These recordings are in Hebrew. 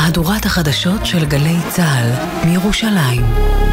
מהדורת החדשות של גלי צהל מירושלים.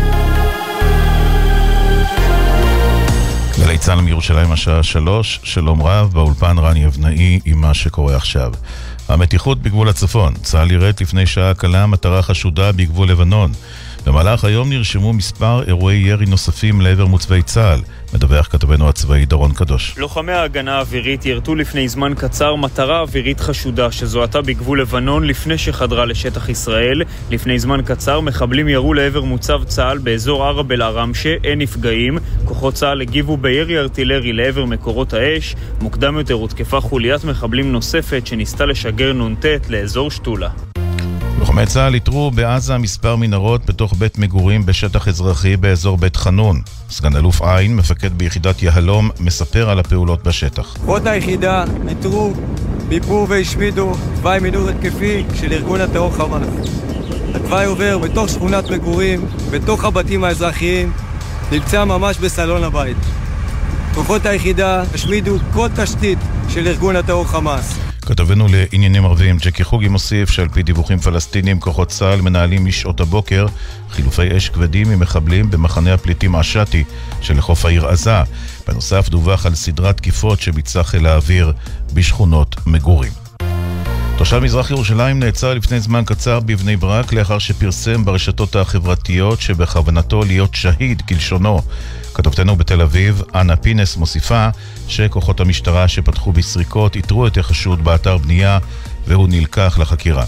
גלי צהל מירושלים השעה 3, שלום רב, באולפן רני אבנאי עם מה שקורה עכשיו. המתיחות בגבול הצפון, צהל ירד לפני שעה קלה מטרה חשודה בגבול לבנון. במהלך היום נרשמו מספר אירועי ירי נוספים לעבר מוצבי צהל, מדווח כתבנו הצבאי דורון קדוש. לוחמי ההגנה האווירית ירתו לפני זמן קצר מטרה אווירית חשודה שזוהתה בגבול לבנון לפני שחדרה לשטח ישראל. לפני זמן קצר מחבלים ירו לעבר מוצב צהל באזור ערב אל-עראמשה, אין נפגעים. כוחות צהל הגיבו בירי ארטילרי לעבר מקורות האש. מוקדם יותר הותקפה חוליית מחבלים נוספת שניסתה לשגר נונטט לאזור שטולה. לוחמי צהל איתרו בעזה מספר מנהרות בתוך בית מגורים בשטח אזרחי באזור בית חנון. סגן אלוף עין, מפקד ביחידת יהלום, מספר על הפעולות בשטח. כוחות היחידה איתרו, ביפו והשמידו תוואי מינור התקפי של ארגון הטרור חמאס. התוואי עובר בתוך שכונת מגורים, בתוך הבתים האזרחיים, נמצא ממש בסלון הבית. כוחות היחידה השמידו כל תשתית של ארגון הטרור חמאס. כתבנו לעניינים ערביים ג'קי חוגי מוסיף שעל פי דיווחים פלסטינים כוחות צה"ל מנהלים משעות הבוקר חילופי אש כבדים עם מחבלים במחנה הפליטים עשתי שלחוף העיר עזה. בנוסף דווח על סדרת תקיפות שביצע חיל האוויר בשכונות מגורים. תושב מזרח ירושלים נעצר לפני זמן קצר בבני ברק לאחר שפרסם ברשתות החברתיות שבכוונתו להיות שהיד כלשונו. כתובתנו בתל אביב, אנה פינס, מוסיפה שכוחות המשטרה שפתחו בסריקות איתרו את החשוד באתר בנייה והוא נלקח לחקירה.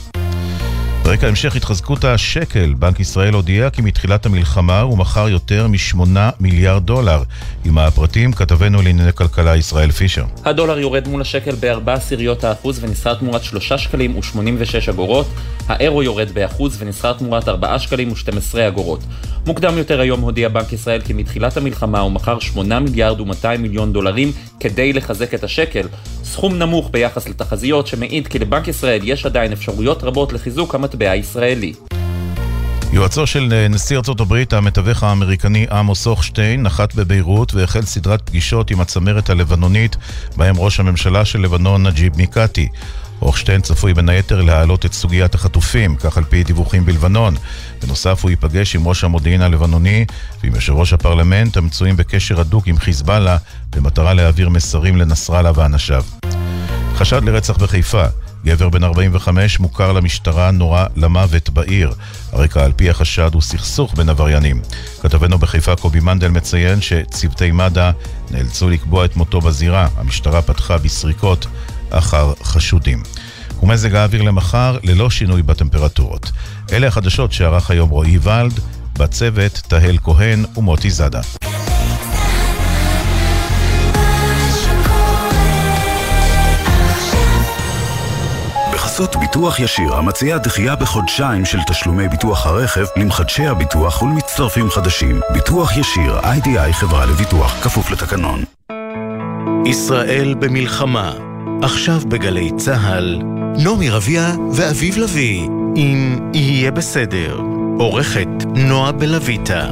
ברקע המשך התחזקות השקל, בנק ישראל הודיע כי מתחילת המלחמה הוא מכר יותר מ$8 מיליארד. עם הפרטים כתבנו לענייני כלכלה ישראל פישר. הדולר יורד מול השקל ב0.4% ונסחר תמורת 3 שקלים ו86 אגורות. האירו יורד ב1% ונסחר תמורת 4 שקלים ו12 אגורות. מוקדם יותר היום הודיע בנק ישראל כי מתחילת המלחמה הוא מכר 8 מיליארד ו200 מיליון דולרים כדי לחזק את השקל. סכום נמוך ביחס לתחזיות שמעיד כי לבנק ישראל יש עדיין אפשרויות רבות לחיזוק המטבע הישראלי. יועצו של נשיא ארצות הברית, המתווך האמריקני עמוס הוכשטיין, נחת בביירות והחל סדרת פגישות עם הצמרת הלבנונית, בהם ראש הממשלה של לבנון נג'יב מיקאטי. הוכשטיין צפוי בין היתר להעלות את סוגיית החטופים, כך על פי דיווחים בלבנון. בנוסף הוא ייפגש עם ראש המודיעין הלבנוני ועם יושב ראש הפרלמנט המצויים בקשר הדוק עם חיזבאללה במטרה להעביר מסרים לנסראללה ואנשיו. חשד לרצח בחיפה. גבר בן 45 מוכר למשטרה נורא למוות בעיר. הרקע על פי החשד הוא סכסוך בין עבריינים. כתבנו בחיפה קובי מנדל מציין שצוותי מד"א נאלצו לקבוע את מותו בזירה. המשטרה פתחה בסריקות אחר חשודים. ומזג האוויר למחר ללא שינוי בטמפרטורות. אלה החדשות שערך היום רועי ולד, בצוות תהל כהן ומוטי זדה. בחסות ביטוח ישיר, המציעה דחייה בחודשיים של תשלומי ביטוח הרכב למחדשי הביטוח ולמצטרפים חדשים. ביטוח ישיר, IDI חברה לביטוח, כפוף לתקנון. ישראל במלחמה. עכשיו בגלי צהל, נעמי רביע ואביב לוי, אם יהיה בסדר. עורכת נועה בלויטה.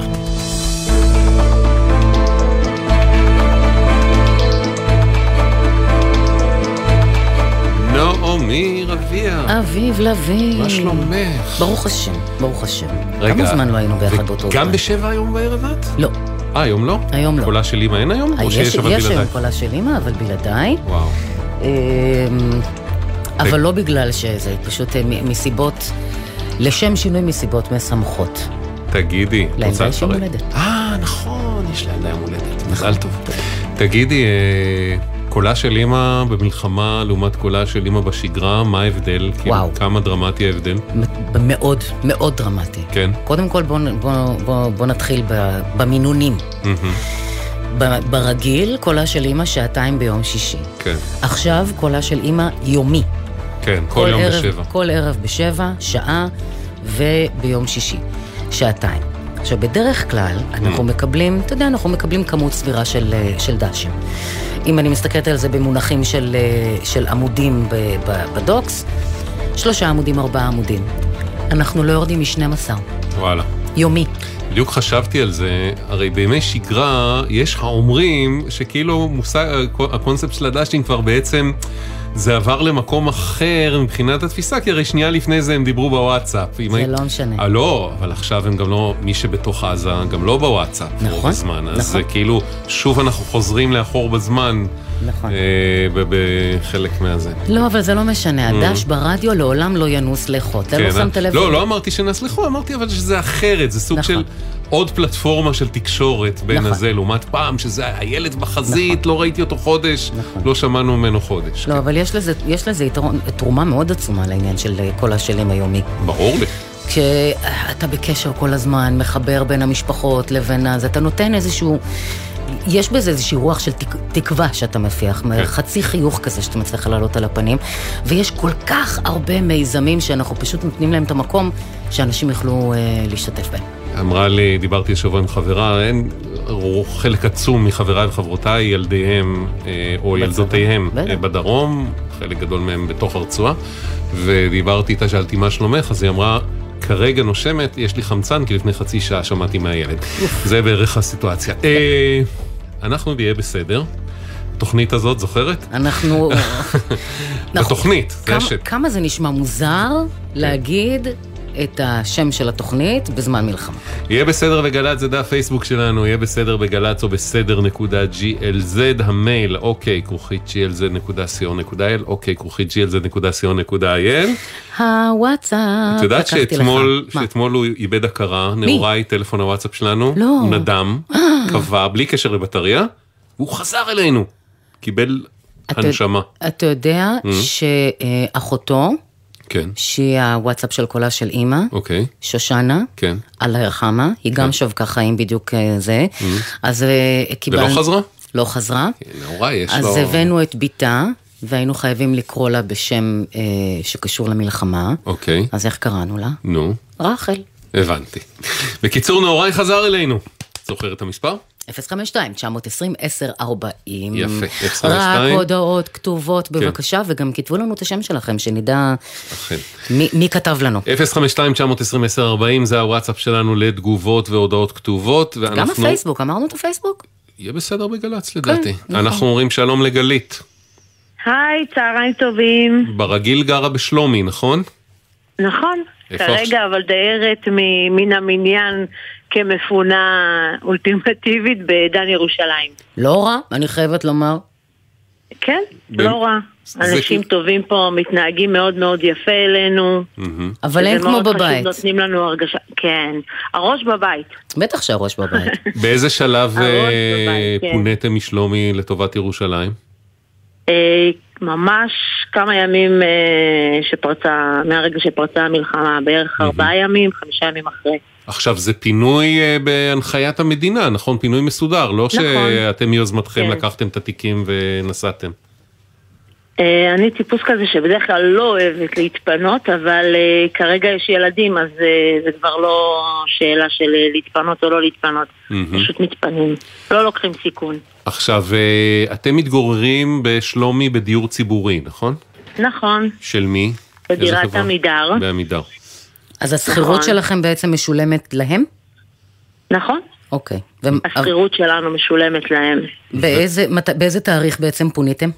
נעמי רביע. אביב לוי. מה שלומך? ברוך השם, ברוך השם. רגע, כמה זמן לא היינו ביחד באותו זמן? גם ב7 היום בערב את? לא. היום לא? היום לא. קולה של אמא אין היום? או שיש אבל בלעדיי? יש היום קולה של אמא, אבל בלעדיי. וואו. אבל לא בגלל שזה, פשוט מסיבות, לשם שינוי מסיבות משמחות. תגידי, רוצה לפרט? להם הולדת. נכון, יש להם להם הולדת. מזל טוב. תגידי, קולה של אמא במלחמה לעומת קולה של אמא בשגרה, מה ההבדל? וואו. כמה דרמטי ההבדל? מאוד, מאוד דרמטי. כן. קודם כל בוא נתחיל במינונים. ברגיל, קולה של אמא 2 ביום שישי. כן. עכשיו קולה של אמא יומי. כן, כל יום ב7. כל ערב ב7, שעה, וביום שישי, 2. עכשיו, בדרך כלל אנחנו מקבלים, אתה יודע, אנחנו מקבלים כמות סבירה של דשים. אם אני מסתכלת על זה במונחים של עמודים בדוקס, 3 עמודים, 4 עמודים. אנחנו לא יורדים מ12. וואלה. יומי. בדיוק חשבתי על זה, הרי בימי שגרה יש האומרים שכאילו הקונספט של הדאשינג כבר בעצם זה עבר למקום אחר מבחינת התפיסה, כי הרי שנייה לפני זה הם דיברו בוואטסאפ. זה לא משנה. לא, אבל עכשיו הם גם לא, מי שבתוך עזה, גם לא בוואטסאפ. נכון, בזמן, אז זה כאילו, שוב אנחנו חוזרים לאחור בזמן. נכון. בחלק מהזה. לא, אבל זה לא משנה. הדש ברדיו לעולם לא ינוס לחו. אתה לא שמת לב? לא אמרתי שנס לחו, אמרתי אבל שזה אחרת. זה סוג של עוד פלטפורמה של תקשורת בין הזה, לעומת פעם שזה הילד בחזית, לא ראיתי אותו חודש, לא שמענו ממנו חודש. לא, אבל יש לזה תרומה מאוד עצומה לעניין של כל השלים היומי. ברור לי. כשאתה בקשר כל הזמן, מחבר בין המשפחות לבין אז, אתה נותן איזשהו... יש בזה איזושהי רוח של תקווה שאתה מפיח, חצי חיוך כזה שאתה מצליח לעלות על הפנים, ויש כל כך הרבה מיזמים שאנחנו פשוט נותנים להם את המקום שאנשים יוכלו להשתתף בהם. אמרה לי, דיברתי השבוע עם חברה, אין חלק עצום מחבריי וחברותיי, ילדיהם או ילדותיהם בדרום, חלק גדול מהם בתוך הרצועה, ודיברתי איתה, שאלתי מה שלומך, אז היא אמרה, כרגע נושמת, יש לי חמצן, כי לפני חצי שעה שמעתי מהילד. זה בערך הסיטואציה. אנחנו נהיה בסדר. התוכנית הזאת, זוכרת? אנחנו... התוכנית, זה השם. כמה זה נשמע מוזר להגיד את השם של התוכנית בזמן מלחמה. יהיה בסדר בגל"צ, זה דף פייסבוק שלנו, יהיה בסדר בגל"צ או בסדר.glz, המייל, ok@glz.co.il, ok@glz.co.il. הוואטסאפ. את יודעת שאתמול הוא איבד הכרה, נאורי, טלפון הוואטסאפ שלנו, הוא נדם, קבע, בלי קשר לבטריה, והוא חזר אלינו, קיבל הנשמה. אתה יודע שאחותו, שהיא הוואטסאפ של קולה של אמא, שושנה, אללה ירחמה, היא גם שבקה חיים בדיוק זה, אז קיבלנו... ולא חזרה? לא חזרה. נורא, יש לו... אז הבאנו את ביתה, והיינו חייבים לקרוא לה בשם שקשור למלחמה. אז איך קראנו לה? נו. רחל. הבנתי. בקיצור, נאורי חזר אלינו. זוכר את המספר? 052-920-1040. יפה, 052. רק הודעות כתובות בבקשה, וגם כתבו לנו את השם שלכם, שנדע מי כתב לנו. 052-920-1040, זה הוואטסאפ שלנו לתגובות והודעות כתובות. גם הפייסבוק, אמרנו את הפייסבוק? יהיה בסדר בגל"צ לדעתי. אנחנו אומרים שלום לגלית. היי, צהריים טובים. ברגיל גרה בשלומי, נכון? נכון, כרגע אבל דיירת מן המניין כמפונה אולטימטיבית בדן ירושלים. לא רע, אני חייבת לומר. כן, לא רע. אנשים טובים פה מתנהגים מאוד מאוד יפה אלינו. אבל אין כמו בבית. נותנים לנו הרגשה, כן, הראש בבית. בטח שהראש בבית. באיזה שלב פונתם משלומי לטובת ירושלים? ממש כמה ימים מהרגע שפרצה המלחמה, בערך 4 ימים, 5 ימים אחרי. עכשיו, זה פינוי בהנחיית המדינה, נכון? פינוי מסודר, לא שאתם מיוזמתכם לקחתם את התיקים ונסעתם. אני טיפוס כזה שבדרך כלל לא אוהבת להתפנות, אבל כרגע יש ילדים, אז זה כבר לא שאלה של להתפנות או לא להתפנות. פשוט מתפנים, לא לוקחים סיכון. עכשיו, אתם מתגוררים בשלומי בדיור ציבורי, נכון? נכון. של מי? בדירת עמידר. בעמידר. אז הסחירות שלכם בעצם משולמת להם? נכון. אוקיי. הסחירות שלנו משולמת להם. באיזה תאריך בעצם פוניתם?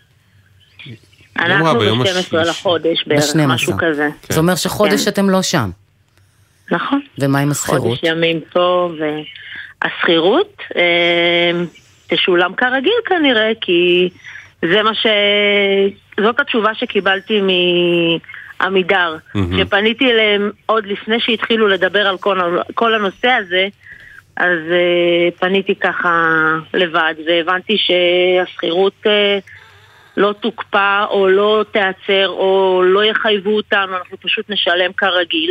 אנחנו ב-12 לחודש בערך, משהו כזה. זה אומר שחודש אתם לא שם. נכון. ומה עם הסחירות? חודש ימים פה, והסחירות תשולם כרגיל כנראה, כי זה זאת התשובה שקיבלתי מעמידר. שפניתי אליהם עוד לפני שהתחילו לדבר על כל הנושא הזה, אז פניתי ככה לבד, והבנתי שהסחירות לא תוקפה או לא תעצר או לא יחייבו אותנו, אנחנו פשוט נשלם כרגיל.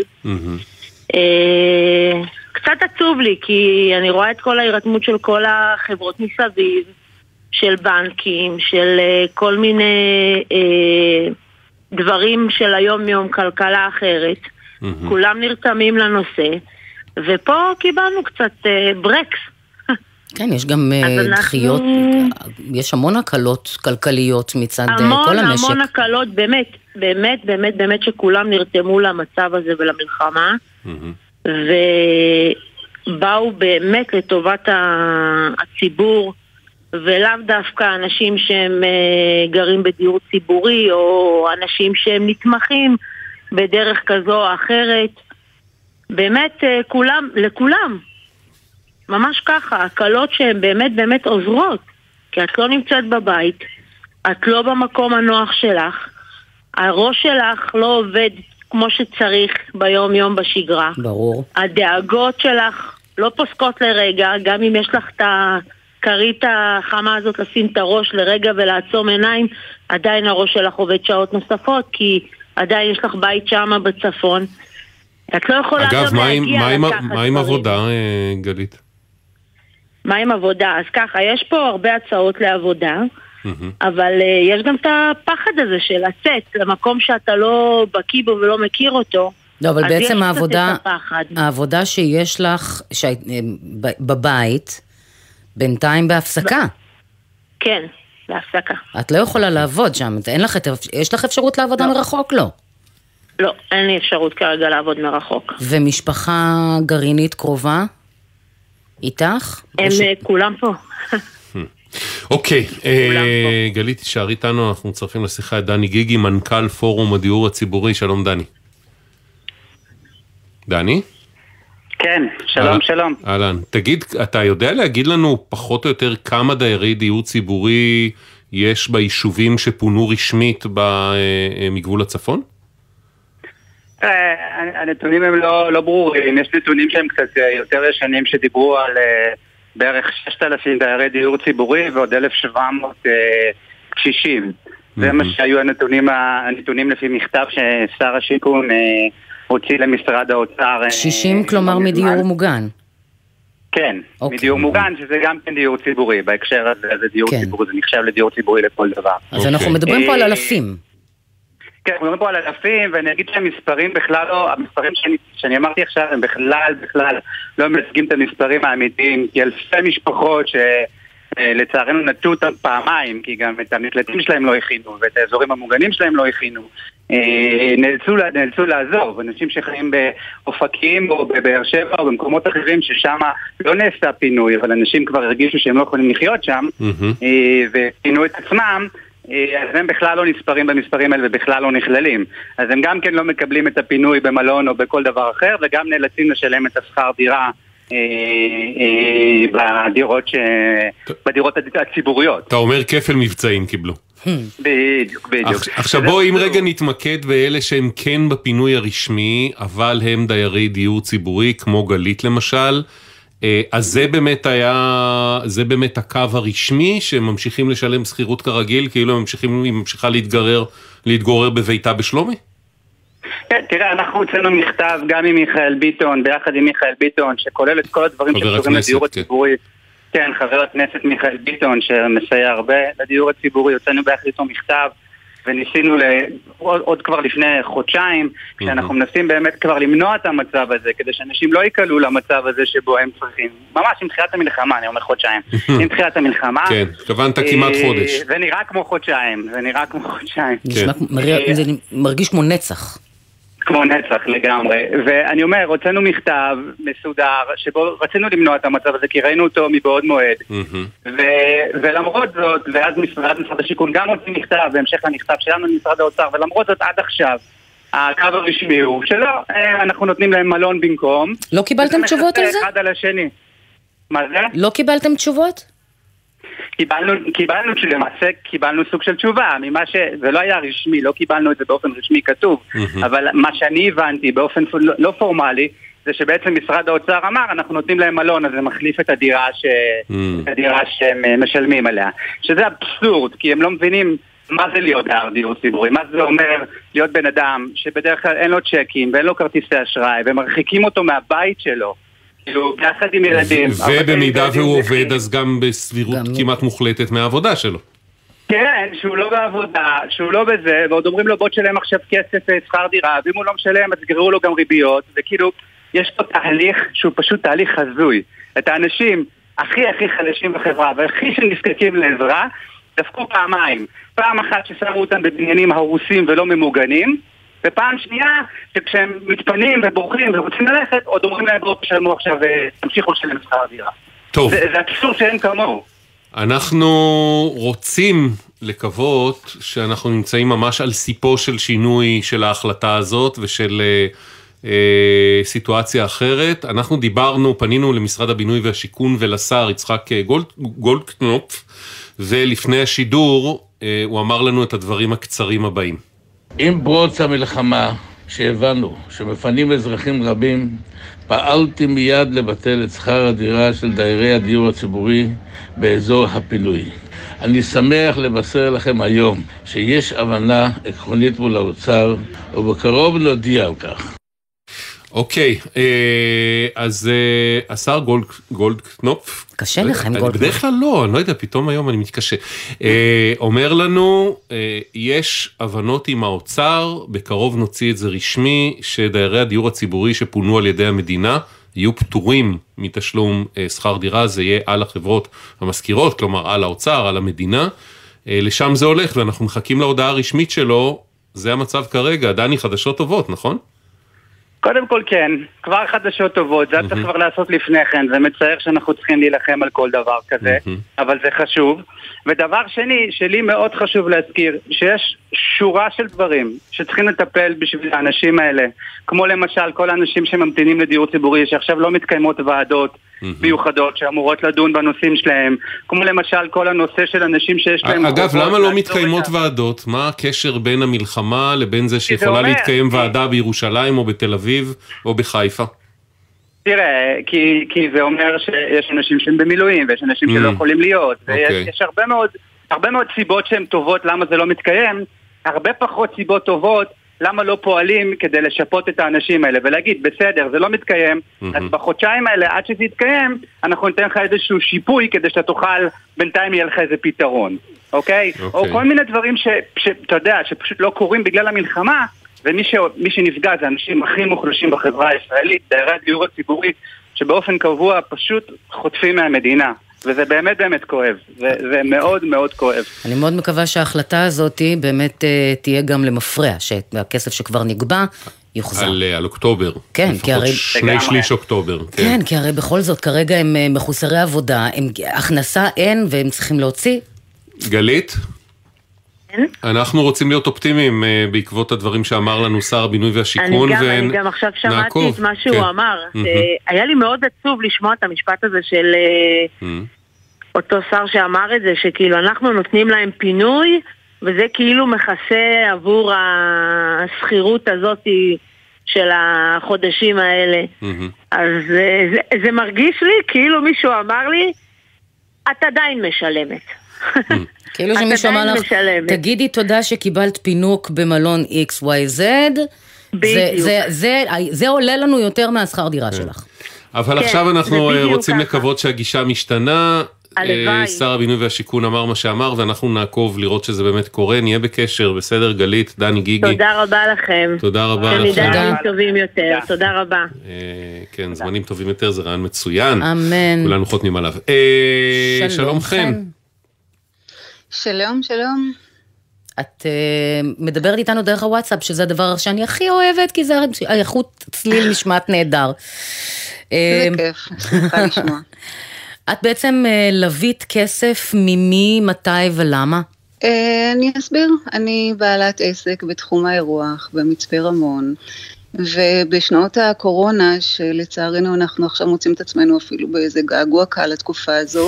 קצת עצוב לי, כי אני רואה את כל ההירתמות של כל החברות מסביב, של בנקים, של כל מיני דברים של היום יום, כלכלה אחרת. כולם נרתמים לנושא, ופה קיבלנו קצת ברקס. כן, יש גם דחיות, יש המון הקלות כלכליות מצד כל המשק. המון הקלות, באמת, באמת, באמת, באמת שכולם נרתמו למצב הזה ולמלחמה. ובאו באמת לטובת הציבור, ולאו דווקא אנשים שהם גרים בדיור ציבורי, או אנשים שהם נתמכים בדרך כזו או אחרת. באמת לכולם. ממש ככה, הקלות שהן באמת באמת עוזרות. כי את לא נמצאת בבית, את לא במקום הנוח שלך, הראש שלך לא עובד כמו שצריך ביום יום בשגרה. ברור. הדאגות שלך לא פוסקות לרגע, גם אם יש לך את הכרית החמה הזאת לשים את הראש לרגע ולעצום עיניים, עדיין הראש שלך עובד שעות נוספות, כי עדיין יש לך בית שמה בצפון. את לא יכולה אגב, גם להגיע לקחת מה עם עבודה, גלית? מה עם עבודה? אז ככה, יש פה הרבה הצעות לעבודה, אבל יש גם את הפחד הזה של לצאת למקום שאתה לא בקיא בו ולא מכיר אותו. לא, אבל בעצם העבודה שיש לך בבית, בינתיים בהפסקה. כן, בהפסקה. את לא יכולה לעבוד שם, יש לך אפשרות לעבודה מרחוק? לא. לא, אין לי אפשרות כרגע לעבוד מרחוק. ומשפחה גרעינית קרובה? איתך? הם כולם פה. אוקיי, גלית, תישארי איתנו, אנחנו מצרפים לשיחה את דני גיגי, מנכ"ל פורום הדיור הציבורי. שלום דני. דני? כן, שלום, שלום. אהלן, תגיד, אתה יודע להגיד לנו פחות או יותר כמה דיירי דיור ציבורי יש ביישובים שפונו רשמית מגבול הצפון? הנתונים הם לא ברורים, יש נתונים שהם קצת יותר ישנים שדיברו על בערך 6,000 דיירי דיור ציבורי ועוד 1,700 קשישים. זה מה שהיו הנתונים לפי מכתב ששר השיכון הוציא למשרד האוצר. קשישים כלומר מדיור מוגן? כן, מדיור מוגן, שזה גם כן דיור ציבורי, בהקשר הזה זה דיור ציבורי, זה נחשב לדיור ציבורי לכל דבר. אז אנחנו מדברים פה על אלפים. כן, אנחנו מדברים פה על אלפים, ואני אגיד שהמספרים בכלל לא, המספרים שאני אמרתי עכשיו הם בכלל לא מייצגים את המספרים האמיתיים, כי אלפי משפחות שלצערנו נטו אותם פעמיים, כי גם את המקלטים שלהם לא הכינו, ואת האזורים המוגנים שלהם לא הכינו, נאלצו לעזוב. אנשים שחיים באופקים או בבאר שבע או במקומות אחרים ששם לא נעשה פינוי, אבל אנשים כבר הרגישו שהם לא יכולים לחיות שם, ופינו את עצמם, אז הם בכלל לא נספרים במספרים האלה ובכלל לא נכללים. אז הם גם כן לא מקבלים את הפינוי במלון או בכל דבר אחר, וגם נאלצים לשלם את השכר דירה בדירות הציבוריות. אתה אומר כפל מבצעים קיבלו. בדיוק. עכשיו בואו אם רגע נתמקד באלה שהם כן בפינוי הרשמי, אבל הם דיירי דיור ציבורי, כמו גלית למשל, אז זה באמת הקו הרשמי שממשיכים לשלם שכירות כרגיל, כאילו היא ממשיכה להתגורר בביתה בשלומי? כן, תראה, אנחנו הוצאנו מכתב גם עם מיכאל ביטון, ביחד עם מיכאל ביטון, שכולל את כל הדברים שקשורים לדיור הציבורי. כן, חבר הכנסת מיכאל ביטון, שמסייע הרבה לדיור הציבורי, הוצאנו ביחד איתו מכתב, וניסינו עוד כבר לפני חודשיים, כשאנחנו מנסים באמת כבר למנוע את המצב הזה, כדי שאנשים לא יקלו למצב הזה שבו הם צריכים. ממש עם תחילת המלחמה, אני אומר חודשיים. עם תחילת המלחמה. כן, כוונת כמעט חודש. זה נראה כמו חודשיים. זה מרגיש כמו נצח. כמו נצח לגמרי. ואני אומר, הוצאנו מכתב מסודר, שבו רצינו למנוע את המצב הזה, כי ראינו אותו מבעוד מועד. ולמרות זאת, ואז משרד השיכון גם הוציא מכתב, בהמשך למכתב שלנו למשרד האוצר, ולמרות זאת עד עכשיו, הקו הרשמי הוא שלא, אנחנו נותנים להם מלון במקום. לא קיבלתם תשובות על זה? אחד על השני. מה זה? לא קיבלתם תשובות? קיבלנו שלמעשה קיבלנו סוג של תשובה, זה לא היה רשמי, לא קיבלנו את זה באופן רשמי כתוב, אבל מה שאני הבנתי באופן לא פורמלי, זה שבעצם משרד האוצר אמר, אנחנו נותנים להם מלון, אז זה מחליף את הדירה שהם משלמים עליה, שזה אבסורד, כי הם לא מבינים מה זה להיות דיור ציבורי, מה זה אומר להיות בן אדם שבדרך כלל אין לו צ'קים ואין לו כרטיסי אשראי, ומרחיקים אותו מהבית שלו, כאילו, יחד עם ילדים. ובמידה והוא עובד, אז גם בסבירות כמעט מוחלטת מהעבודה שלו. כן, שהוא לא בעבודה, שהוא לא בזה, ועוד אומרים לו בוא תשלם עכשיו כסף שכר דירה, ואם הוא לא משלם, אז גררו לו גם ריביות, וכאילו, יש פה תהליך שהוא פשוט תהליך חזוי. את האנשים הכי חלשים בחברה, והכי שנזקקים לעזרה, דפקו פעמיים. פעם אחת ששמו אותם בבניינים הרוסים ולא ממוגנים, ופעם שנייה, שכשהם מתפנים ובורחים ורוצים ללכת, עוד אומרים להם בואו תשלמו עכשיו ותמשיכו לשלם שכר הדירה. טוב. זה אבסורד שאין כמוהו. אנחנו רוצים לקוות שאנחנו נמצאים ממש על סיפו של שינוי של ההחלטה הזאת ושל סיטואציה אחרת. אנחנו פנינו למשרד הבינוי והשיכון ולשר יצחק גולדקנופ, ולפני השידור הוא אמר לנו את הדברים הקצרים הבאים. עם פרוץ המלחמה שהבנו שמפנים אזרחים רבים, פעלתי מיד לבטל את שכר הדירה של דיירי הדיור הציבורי באזור הפינוי. אני שמח לבשר לכם היום שיש הבנה עקרונית מול האוצר, ובקרוב נודיע על כך. אוקיי, אז השר גולדקנופ, קשה לך עם גולדקנופ. בדרך כלל לא, אני לא יודע, פתאום היום אני מתקשה. אומר לנו, יש הבנות עם האוצר, בקרוב נוציא את זה רשמי, שדיירי הדיור הציבורי שפונו על ידי המדינה, יהיו פטורים מתשלום שכר דירה, זה יהיה על החברות המשכירות, כלומר על האוצר, על המדינה, לשם זה הולך, ואנחנו מחכים להודעה הרשמית שלו, זה המצב כרגע. דני, חדשות טובות, נכון? קודם כל כן, כבר חדשות טובות, זה צריך כבר לעשות לפני כן, זה מצער שאנחנו צריכים להילחם על כל דבר כזה, אבל זה חשוב. ודבר שני, שלי מאוד חשוב להזכיר, שיש שורה של דברים שצריכים לטפל בשביל האנשים האלה, כמו למשל כל האנשים שממתינים לדיור ציבורי, שעכשיו לא מתקיימות ועדות מיוחדות שאמורות לדון בנושאים שלהם, כמו למשל כל הנושא של אנשים שיש להם... אגב, למה לא מתקיימות ועדות? מה הקשר בין המלחמה לבין זה שיכולה להתקיים ועדה בירושלים או בתל אביב או בחיפה? תראה, כי זה אומר שיש אנשים שהם במילואים ויש אנשים שלא יכולים להיות, ויש הרבה מאוד סיבות שהן טובות למה זה לא מתקיים, הרבה פחות סיבות טובות למה לא פועלים כדי לשפות את האנשים האלה ולהגיד, בסדר, זה לא מתקיים, אז בחודשיים האלה, עד שזה יתקיים, אנחנו ניתן לך איזשהו שיפוי כדי שאתה תוכל, בינתיים יהיה לך איזה פתרון, אוקיי? או כל מיני דברים שאתה יודע, שפשוט לא קורים בגלל המלחמה, ומי שנפגע זה אנשים הכי מוחלשים בחברה הישראלית, דיירי הדיור הציבורי, שבאופן קבוע פשוט חוטפים מהמדינה. וזה באמת באמת כואב, זה מאוד מאוד כואב. אני מאוד מקווה שההחלטה הזאת באמת תהיה גם למפרע, שהכסף שכבר נקבע יוחזר. על אוקטובר. כן, כי הרי... שני שליש אוקטובר. כן, כי הרי בכל זאת כרגע הם מחוסרי עבודה, הכנסה אין והם צריכים להוציא. גלית? אנחנו רוצים להיות אופטימיים בעקבות הדברים שאמר לנו שר הבינוי והשיכון. אני גם עכשיו שמעתי את מה שהוא אמר. היה לי מאוד עצוב לשמוע את המשפט הזה של אותו שר שאמר את זה, שכאילו אנחנו נותנים להם פינוי, וזה כאילו מכסה עבור הסחירות הזאת של החודשים האלה. אז זה מרגיש לי כאילו מישהו אמר לי, את עדיין משלמת. כאילו שמישהו אמר לך, תגידי תודה שקיבלת פינוק במלון XYZ, זה עולה לנו יותר מהשכר דירה שלך. אבל עכשיו אנחנו רוצים לקוות שהגישה משתנה, שר הבינוי והשיכון אמר מה שאמר, ואנחנו נעקוב לראות שזה באמת קורה, נהיה בקשר, בסדר גלית, דני גיגי. תודה רבה לכם. תודה רבה לכם. שנדע זמנים טובים יותר, תודה רבה. כן, זמנים טובים יותר, זה רעיון מצוין. אמן. כולנו חותמים עליו. שלום חן. שלום, שלום. את מדברת איתנו דרך הוואטסאפ, שזה הדבר שאני הכי אוהבת, כי זה האיכות צליל נשמעת נהדר. זה כיף, שמחה לשמוע. את בעצם לווית כסף ממי, מתי ולמה? אני אסביר. אני בעלת עסק בתחום האירוח, במצפה רמון, ובשנות הקורונה, שלצערנו אנחנו עכשיו מוצאים את עצמנו אפילו באיזה געגוע קל לתקופה הזו,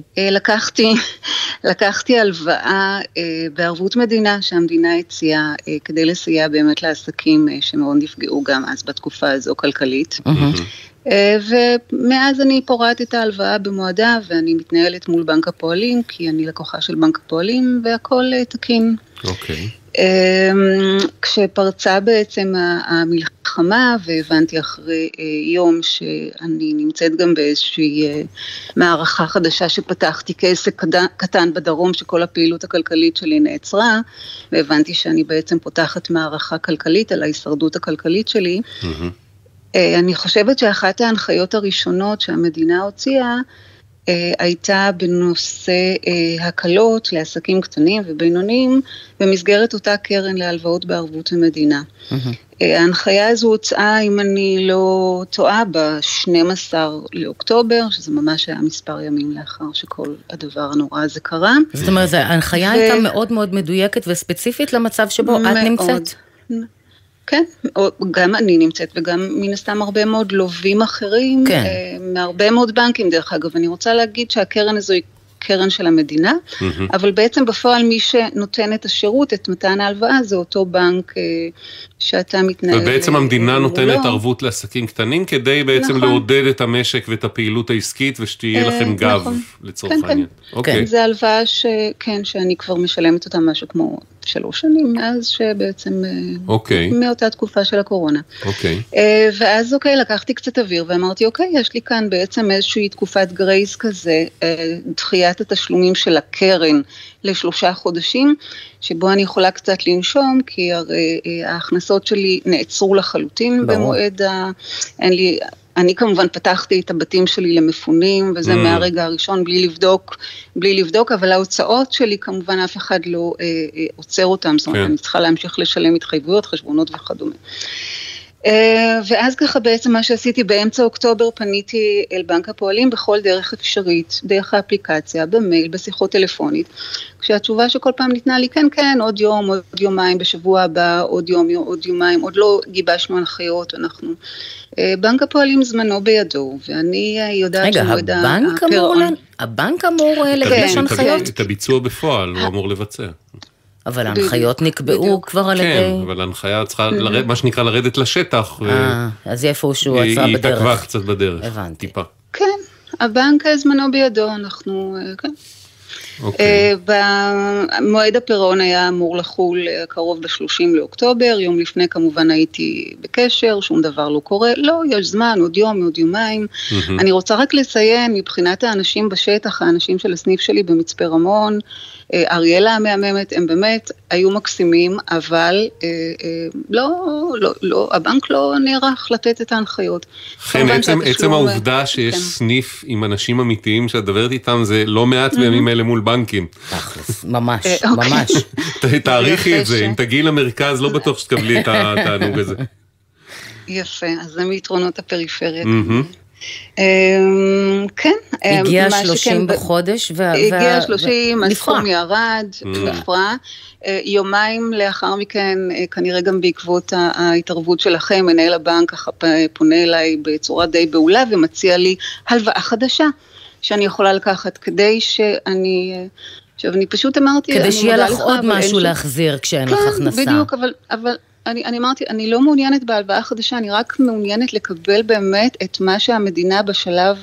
לקחתי הלוואה בערבות מדינה שהמדינה הציעה כדי לסייע באמת לעסקים שמאוד נפגעו גם אז בתקופה הזו כלכלית. ומאז אני פורעת את ההלוואה במועדה, ואני מתנהלת מול בנק הפועלים, כי אני לקוחה של בנק הפועלים, והכל תקין. אוקיי. כשפרצה בעצם המלחמה, והבנתי אחרי יום שאני נמצאת גם באיזושהי מערכה חדשה שפתחתי כעסק קטן בדרום, שכל הפעילות הכלכלית שלי נעצרה, והבנתי שאני בעצם פותחת מערכה כלכלית על ההישרדות הכלכלית שלי. אני חושבת שאחת ההנחיות הראשונות שהמדינה הוציאה, הייתה בנושא הקלות לעסקים קטנים ובינוניים, במסגרת אותה קרן להלוואות בערבות המדינה. ההנחיה הזו הוצאה, אם אני לא טועה, ב-12 לאוקטובר, שזה ממש היה מספר ימים לאחר שכל הדבר הנורא הזה קרה. זאת אומרת, ההנחיה הייתה מאוד מאוד מדויקת וספציפית למצב שבו את נמצאת. כן, גם אני נמצאת וגם מן הסתם הרבה מאוד לווים אחרים, מהרבה מאוד בנקים דרך אגב. אני רוצה להגיד שהקרן הזו היא קרן של המדינה, אבל בעצם בפועל מי שנותן את השירות, את מתן ההלוואה, זה אותו בנק שאתה מתנהל. ובעצם המדינה נותנת ערבות לעסקים קטנים, כדי בעצם לעודד את המשק ואת הפעילות העסקית, ושתהיה לכם גב לצורך העניין. כן, זה הלוואה שאני כבר משלמת אותה משהו כמו 3 שנים, מאז שבעצם, מאותה תקופה של הקורונה. ואז לקחתי קצת אוויר, ואמרתי, יש לי כאן בעצם איזושהי תקופת גרייס כזה, דחיית התשלומים של הקרן ל3 חודשים, שבו אני יכולה קצת לנשום, כי הרי ההכנסות שלי נעצרו לחלוטין במועד, אני כמובן פתחתי את הבתים שלי למפונים, וזה מהרגע הראשון בלי לבדוק, אבל ההוצאות שלי כמובן אף אחד לא עוצר אותם, זאת אומרת, אני צריכה להמשיך לשלם התחייבויות, חשבונות וכדומה. ואז ככה בעצם מה שעשיתי באמצע אוקטובר, פניתי אל בנק הפועלים בכל דרך אפשרית, דרך האפליקציה, במייל, בשיחות טלפונית, כשהתשובה שכל פעם ניתנה לי, כן, עוד יום, עוד יומיים בשבוע הבא, עוד יום, עוד יומיים, עוד לא גיבשנו הנחיות, אנחנו, בנק הפועלים זמנו בידו, ואני יודעת שמועד הפירעון. הבנק אמור לגבש הנחיות? את הביצוע בפועל, הוא אמור לבצע. אבל ההנחיות נקבעו כבר על ידי... כן, אבל ההנחיה צריכה, מה שנקרא, לרדת לשטח. אז איפה שהוא עצרה בדרך. היא התעכבה קצת בדרך. הבנתי. טיפה. כן, הבנק זמנו בידו, אנחנו, כן. במועד הפירעון היה אמור לחול קרוב ב-30 לאוקטובר, יום לפני כמובן הייתי בקשר, שום דבר לא קורה, לא, יש זמן, עוד יום, עוד יומיים. אני רוצה רק לציין, מבחינת האנשים בשטח, האנשים של הסניף שלי במצפה רמון, אריאלה המהממת, הם באמת היו מקסימים, אבל לא, הבנק לא נערך לתת את ההנחיות. כן, עצם העובדה שיש סניף עם אנשים אמיתיים שאת דברת איתם, זה לא מעט בימים האלה מול בנקים. ממש, ממש. תעריכי את זה, אם תגיעי למרכז, לא בטוח שתקבלי את התענוג הזה. יפה, אז זה מיתרונות הפריפריה. כן. הגיע 30 בחודש. הגיע 30, הסכום ירד, נפרע. יומיים לאחר מכן, כנראה גם בעקבות ההתערבות שלכם, מנהל הבנק פונה אליי בצורה די בעולה, ומציע לי הלוואה חדשה, שאני יכולה לקחת כדי שאני... עכשיו, אני פשוט אמרתי... כדי שיהיה לך עוד משהו להחזיר כשאין לך הכנסה. כן, בדיוק, אבל אני אמרתי, אני לא מעוניינת בהלוואה חדשה, אני רק מעוניינת לקבל באמת את מה שהמדינה בשלב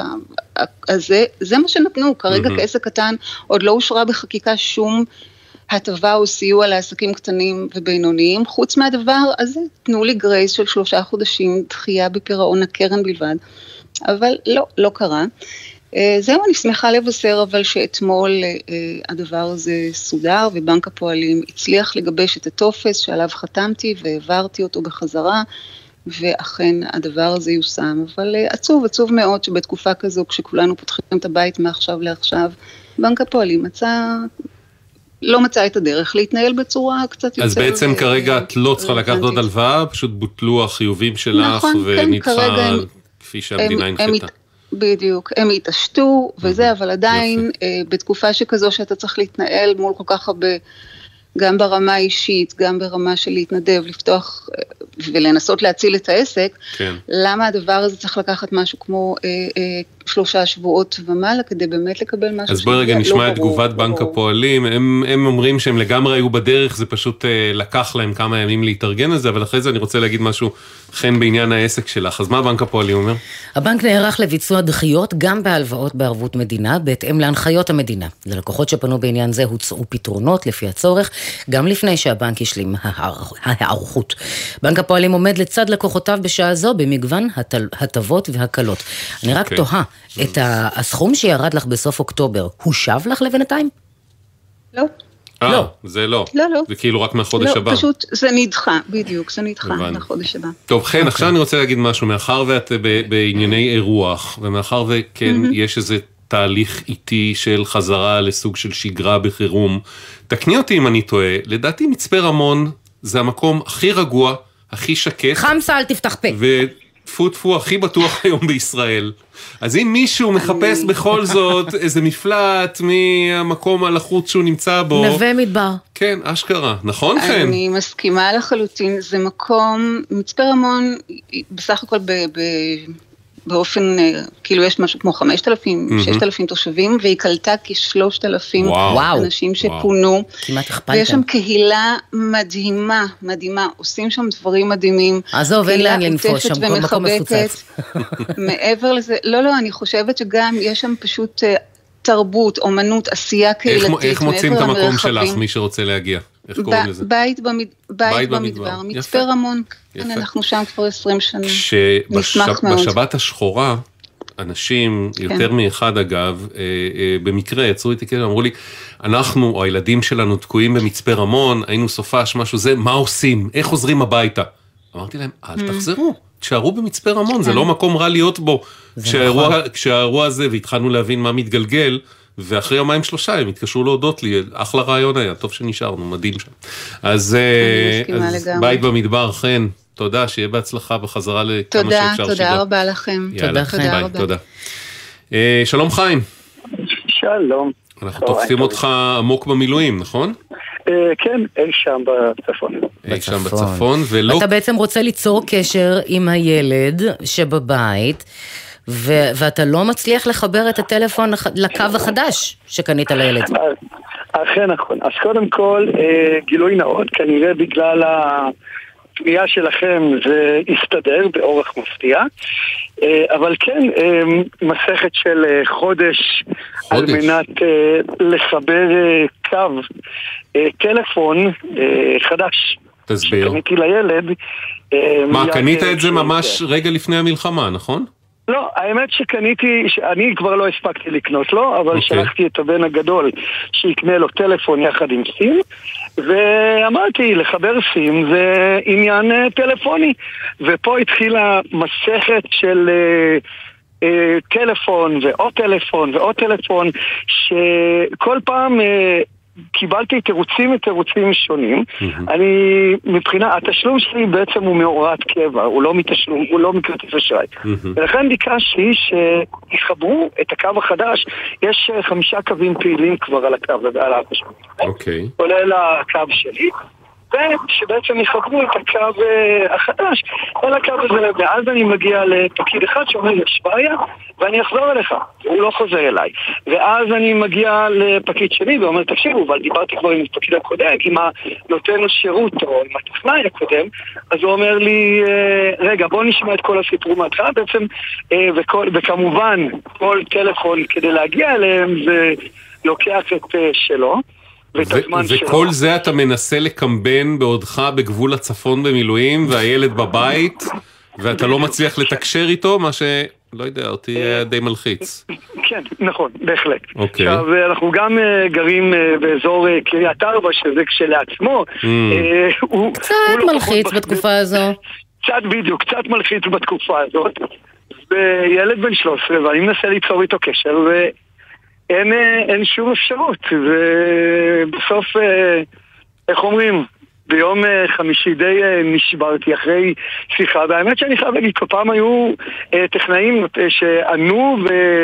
הזה, זה מה שנתנו, כרגע כעסק קטן, עוד לא אושרה בחקיקה שום הטבה או סיוע לעסקים קטנים ובינוניים, חוץ מהדבר הזה, תנו לי גרייס של 3 חודשים, דחייה בפירעון הקרן בלבד, אבל לא קרה. זהו, אני שמחה לבשר, אבל שאתמול הדבר הזה סודר, ובנק הפועלים הצליח לגבש את הטופס שעליו חתמתי, והעברתי אותו בחזרה, ואכן הדבר הזה יושם. אבל עצוב מאוד שבתקופה כזו, כשכולנו פותחים את הבית מעכשיו לעכשיו, בנק הפועלים לא מצא את הדרך להתנהל בצורה קצת יותר... אז בעצם כרגע את לא צריכה לקחת עוד הלוואה, פשוט בוטלו החיובים שלך, ונדחה כפי שהמדינה הנחתה. בדיוק, הם התעשתו וזה, אבל עדיין בתקופה שכזו שאתה צריך להתנהל מול כל כך הרבה, גם ברמה האישית, גם ברמה של להתנדב, לפתוח ולנסות להציל את העסק, למה הדבר הזה צריך לקחת משהו כמו 3 שבועות ומעלה, כדי באמת לקבל משהו... אז בואי רגע נשמע את תגובת בנק הפועלים, הם אומרים שהם לגמרי היו בדרך, זה פשוט לקח להם כמה ימים להתארגן על זה, אבל אחרי זה אני רוצה להגיד משהו חן בעניין העסק שלך, אז מה בנק הפועלים אומר? הבנק נערך לביצוע דחיות גם בהלוואות בערבות מדינה, בהתאם להנחיות המדינה. ללקוחות שפנו בעניין זה הוצאו פתרונות לפי הצורך, גם לפני שהבנק ישלים ההערכות. בנק הפועלים עומד לצד לקוחותיו בשעה זו במגוון הטבות והקלות. אני רק תוהה, את הסכום שירד לך בסוף אוקטובר, הוא שב לך לבינתיים? לא. לא. זה לא. לא. זה כאילו רק מהחודש הבא. לא, פשוט זה נדחה, בדיוק, זה נדחה מהחודש הבא. טוב, חן, עכשיו אני רוצה להגיד משהו, מאחר ואת בענייני אירוח, ומאחר וכן יש איזה תהליך איטי של חזרה לסוג של שגרה בחירום. תקני אותי אם אני טועה, לדעתי מצפה רמון זה המקום הכי רגוע, הכי שקט. חמסה, אל תפתח פה. ופו תפו הכי בטוח היום בישראל. אז אם מישהו מחפש בכל זאת איזה מפלט מהמקום הלחוץ שהוא נמצא בו. נווה מדבר. כן, אשכרה. נכון, כן? אני מסכימה לחלוטין. זה מקום, מצפה רמון, בסך הכל באופן, כאילו יש משהו כמו 5,000, 6,000 תושבים, והיא קלטה כ3,000 אנשים שפונו. כמעט הכפלתם. ויש שם קהילה מדהימה, מדהימה, עושים שם דברים מדהימים. עזוב, אין לאן לנפוש שם, כל מקום מפוצץ. מעבר לזה, לא, אני חושבת שגם יש שם פשוט תרבות, אומנות, עשייה קהילתית. איך מוצאים את המקום שלך, מי שרוצה להגיע? איך קוראים לזה? בית במדבר, מצפה רמון. אנחנו שם כבר 20 שנה. נשמח מאוד. בשבת השחורה, אנשים, יותר מאחד אגב, במקרה יצרו איתי כאלה, אמרו לי, אנחנו, או הילדים שלנו תקועים במצפה רמון, היינו סופש, משהו זה, מה עושים? איך חוזרים הביתה? אמרתי להם, אל תחזרו, תשארו במצפה רמון, זה לא מקום רע להיות בו. כשהאירוע הזה, והתחלנו להבין מה מתגלגל, ואחרי יומיים 3 הם התקשרו להודות לי, אחלה רעיון היה, טוב שנשארנו, מדהים שם. אז בית במדבר, חן, תודה, שיהיה בהצלחה בחזרה לכמה שאפשר שידע. תודה רבה לכם. תודה רבה. תודה. שלום חיים. שלום. אנחנו תופסים אותך עמוק במילואים, נכון? כן, אי שם בצפון. אי שם בצפון, ולא... אתה בעצם רוצה ליצור קשר עם הילד שבבית, ואתה לא מצליח לחבר את הטלפון לקו החדש שקנית לילד. אכן נכון. אז קודם כל, גילוי נאות, כנראה בגלל הפנייה שלכם זה יסתדר באורח מפתיע, אבל כן, מסכת של חודש על מנת לחבר קו טלפון חדש. תסביר. שקניתי לילד. מה, קנית את זה ממש רגע לפני המלחמה, נכון? לא, האמת שקניתי, אני כבר לא הספקתי לקנות לו, אבל שלחתי את הבן הגדול שיקנה לו טלפון יחד עם סים, ואמרתי, לחבר סים זה עניין טלפוני, ופה התחילה מסכת של טלפון ועוד טלפון ועוד טלפון, שכל פעם... קיבלתי תירוצים שונים. אני, מבחינה, התשלום שלי בעצם הוא מהוראת קבע, הוא לא מתשלום, הוא לא מכרטיס אשראי. ולכן ביקשתי שיחברו את הקו החדש, יש 5 קווים פעילים כבר על הקו, על החשבון. כולל הקו שלי. ושבעצם יחברו את הקו החדש על הקו הזה, ואז אני מגיע לפקיד אחד שאומר, יש בעיה, ואני אחזור אליך, הוא לא חוזר אליי. ואז אני מגיע לפקיד שני ואומר, תקשיבו, אבל דיברתי כבר עם הפקיד הקודם, עם הנותן השירות או עם הטכנאי הקודם, אז הוא אומר לי, רגע, בוא נשמע את כל הסיפור מהתחלה בעצם, וכמובן, כל טלפון כדי להגיע אליהם, זה לוקח את שלו. וכל זה אתה מנסה לקמבן בעודך בגבול הצפון במילואים, והילד בבית, ואתה לא מצליח לתקשר איתו, מה שלא יודע, אותי היה די מלחיץ. כן, נכון, בהחלט. עכשיו, אנחנו גם גרים באזור קריית ארבע, שזה כשלעצמו. קצת מלחיץ בתקופה הזו. קצת מלחיץ בתקופה הזאת. וילד בן 13, ואני מנסה ליצור איתו קשר, אין שום אפשרות, ובסוף, איך אומרים, ביום חמישי די נשברתי אחרי שיחה, והאמת שאני חייב להגיד, כל פעם היו טכנאים שענו,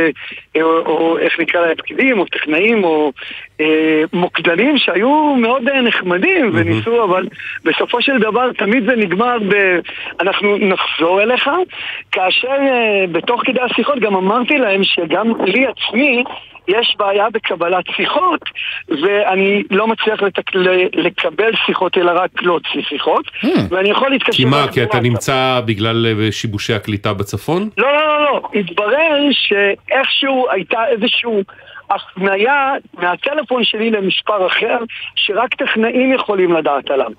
או איך נקרא להם פקידים, או טכנאים, או מוקדנים שהיו מאוד נחמדים וניסו, אבל בסופו של דבר תמיד זה נגמר אנחנו נחזור אליך, כאשר בתוך כדי השיחות גם אמרתי להם שגם לי עצמי יש בעיה בקבלת שיחות, ואני לא מצליח לקבל שיחות, אלא רק להוציא שיחות, ואני יכול להתקשר... כי מה, כי אתה נמצא בגלל שיבושי הקליטה בצפון? לא. התברר שאיכשהו הייתה איזשהו הפניה מהטלפון שלי למספר אחר, שרק טכנאים יכולים לדעת עליו.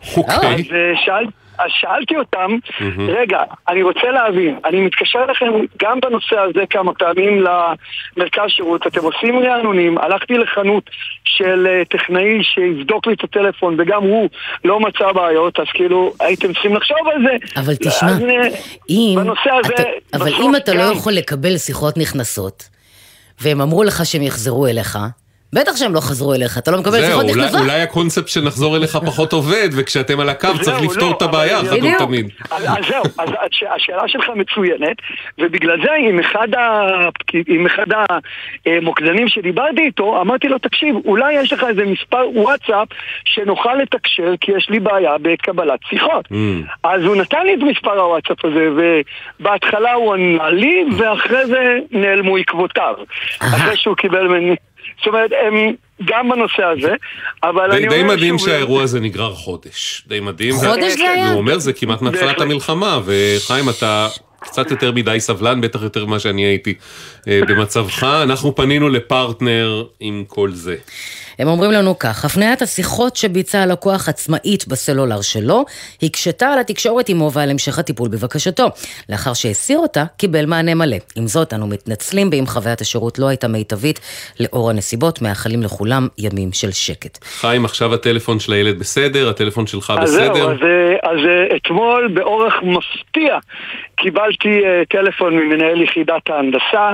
אז שאלתי אותם, רגע, אני רוצה להבין, אני מתקשר לכם גם בנושא הזה כמה פעמים למרכז שירות, אתם עושים רענונים, הלכתי לחנות של טכנאי שיבדוק לי את הטלפון, וגם הוא לא מצא בעיות, אז כאילו הייתם צריכים לחשוב על זה. אבל תשמע, אם אתה לא יכול לקבל שיחות נכנסות, והם אמרו לך שהם יחזרו אליך, בטח שהם לא חזרו אליך, אתה לא מקבל שיחות נכתבה. אולי הקונספט שנחזור אליך פחות עובד, וכשאתם על הקו צריך לפתור את הבעיה, אחת ותמיד. אז זהו, אז השאלה שלך מצוינת, ובגלל זה עם אחד המוקדנים שדיברתי איתו, אמרתי לו, תקשיב, אולי יש לך איזה מספר וואטסאפ שנוכל לתקשר, כי יש לי בעיה בקבלת שיחות. אז הוא נתן לי את מספר הוואטסאפ הזה, ובהתחלה הוא ענה לי, ואחרי זה נעלמו עקבותיו. אחרי שהוא קיבל ממני. זאת אומרת, הם גם בנושא הזה, אבל אני אומר... די מדהים שהאירוע הזה נגרר חודש. די מדהים. חודש זה היה? הוא אומר, זה כמעט מתחילת המלחמה, וחיים, אתה קצת יותר מדי סבלן, בטח יותר מה שאני הייתי במצבך. אנחנו פנינו לפרטנר עם כל זה. הם אומרים לנו כך, הפניית השיחות שביצע הלקוח עצמאית בסלולר שלו, הקשתה על התקשורת עמו ועל המשך הטיפול בבקשתו. לאחר שהסיר אותה, קיבל מענה מלא. עם זאת, אנו מתנצלים באם חוויית השירות לא הייתה מיטבית לאור הנסיבות, מאחלים לכולם ימים של שקט. חיים, עכשיו הטלפון של הילד בסדר, הטלפון שלך בסדר? אז אתמול באורך מפתיע קיבלתי טלפון ממנהל יחידת ההנדסה,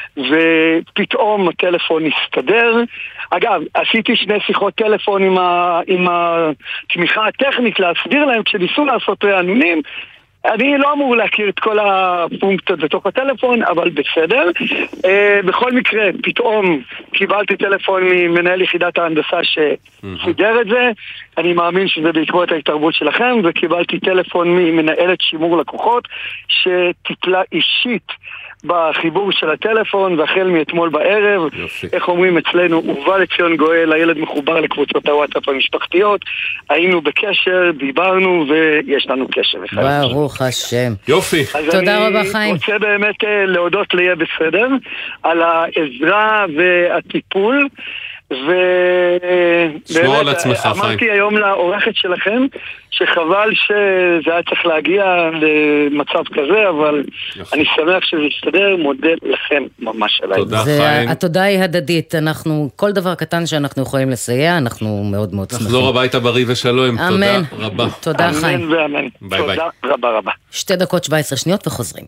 ופתאום הטלפון הסתדר. אגב, עשיתי 2 שיחות טלפון עם התמיכה הטכנית להסביר להם כשניסו לעשות רענונים. אני לא אמור להכיר את כל הפונקציות בתוך הטלפון, אבל בסדר. בכל מקרה, פתאום קיבלתי טלפון ממנהל יחידת ההנדסה שסידר את זה. אני מאמין שזה בעקבות ההתערבות שלכם, וקיבלתי טלפון ממנהלת שימור לקוחות שטיפלה אישית בחיבור של הטלפון, והחל מאתמול בערב, איך אומרים אצלנו, ובא לציון גואל, הילד מחובר לקבוצות הוואטסאפ המשפחתיות, היינו בקשר, דיברנו, ויש לנו קשר. ברוך השם. יופי. תודה רבה, חיים. אני רוצה באמת להודות ליהיה בסדר, על העזרה והטיפול, ובאמת אמרתי היום לעורכת שלכם שחבל שזה היה צריך להגיע למצב כזה, אבל אני שמח שזה יסתדר, מודה לכם ממש עליי. תודה חיים. התודה היא הדדית, אנחנו, כל דבר קטן שאנחנו יכולים לסייע, אנחנו מאוד מאוד שמחים. נחזור הביתה בריא ושלום, תודה רבה. תודה חיים. אמן ואמן. ביי ביי. תודה רבה רבה. 2:17 וחוזרים.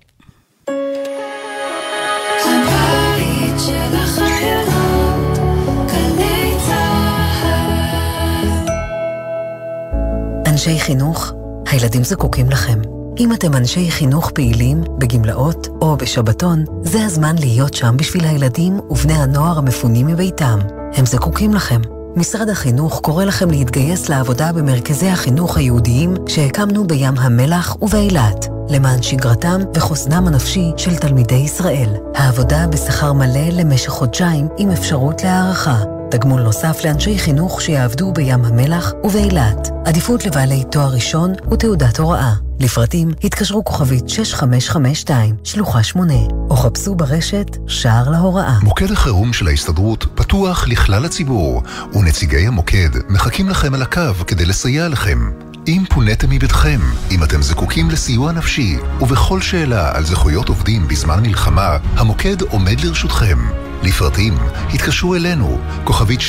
אנשי חינוך, הילדים זקוקים לכם. אם אתם אנשי חינוך פעילים, בגמלאות או בשבתון, זה הזמן להיות שם בשביל הילדים ובני הנוער המפונים מביתם. הם זקוקים לכם. משרד החינוך קורא לכם להתגייס לעבודה במרכזי החינוך היהודיים שהקמנו בים המלח ובאילת, למען שגרתם וחוסנם הנפשי של תלמידי ישראל. העבודה בשכר מלא למשך חודשיים עם אפשרות להערכה. תגמול נוסף לאנשי חינוך שיעבדו בים המלח ובאילת. עדיפות לבעלי תואר ראשון ותעודת הוראה. לפרטים התקשרו כוכבית 6552, שלוחה 8, או חפשו ברשת שער להוראה. מוקד החירום של ההסתדרות פתוח לכלל הציבור, ונציגי המוקד מחכים לכם על הקו כדי לסייע לכם. אם פונתם מביתכם, אם אתם זקוקים לסיוע נפשי, ובכל שאלה על זכויות עובדים בזמן מלחמה, המוקד עומד לרשותכם. לפרטים, התקשרו אלינו, כוכבית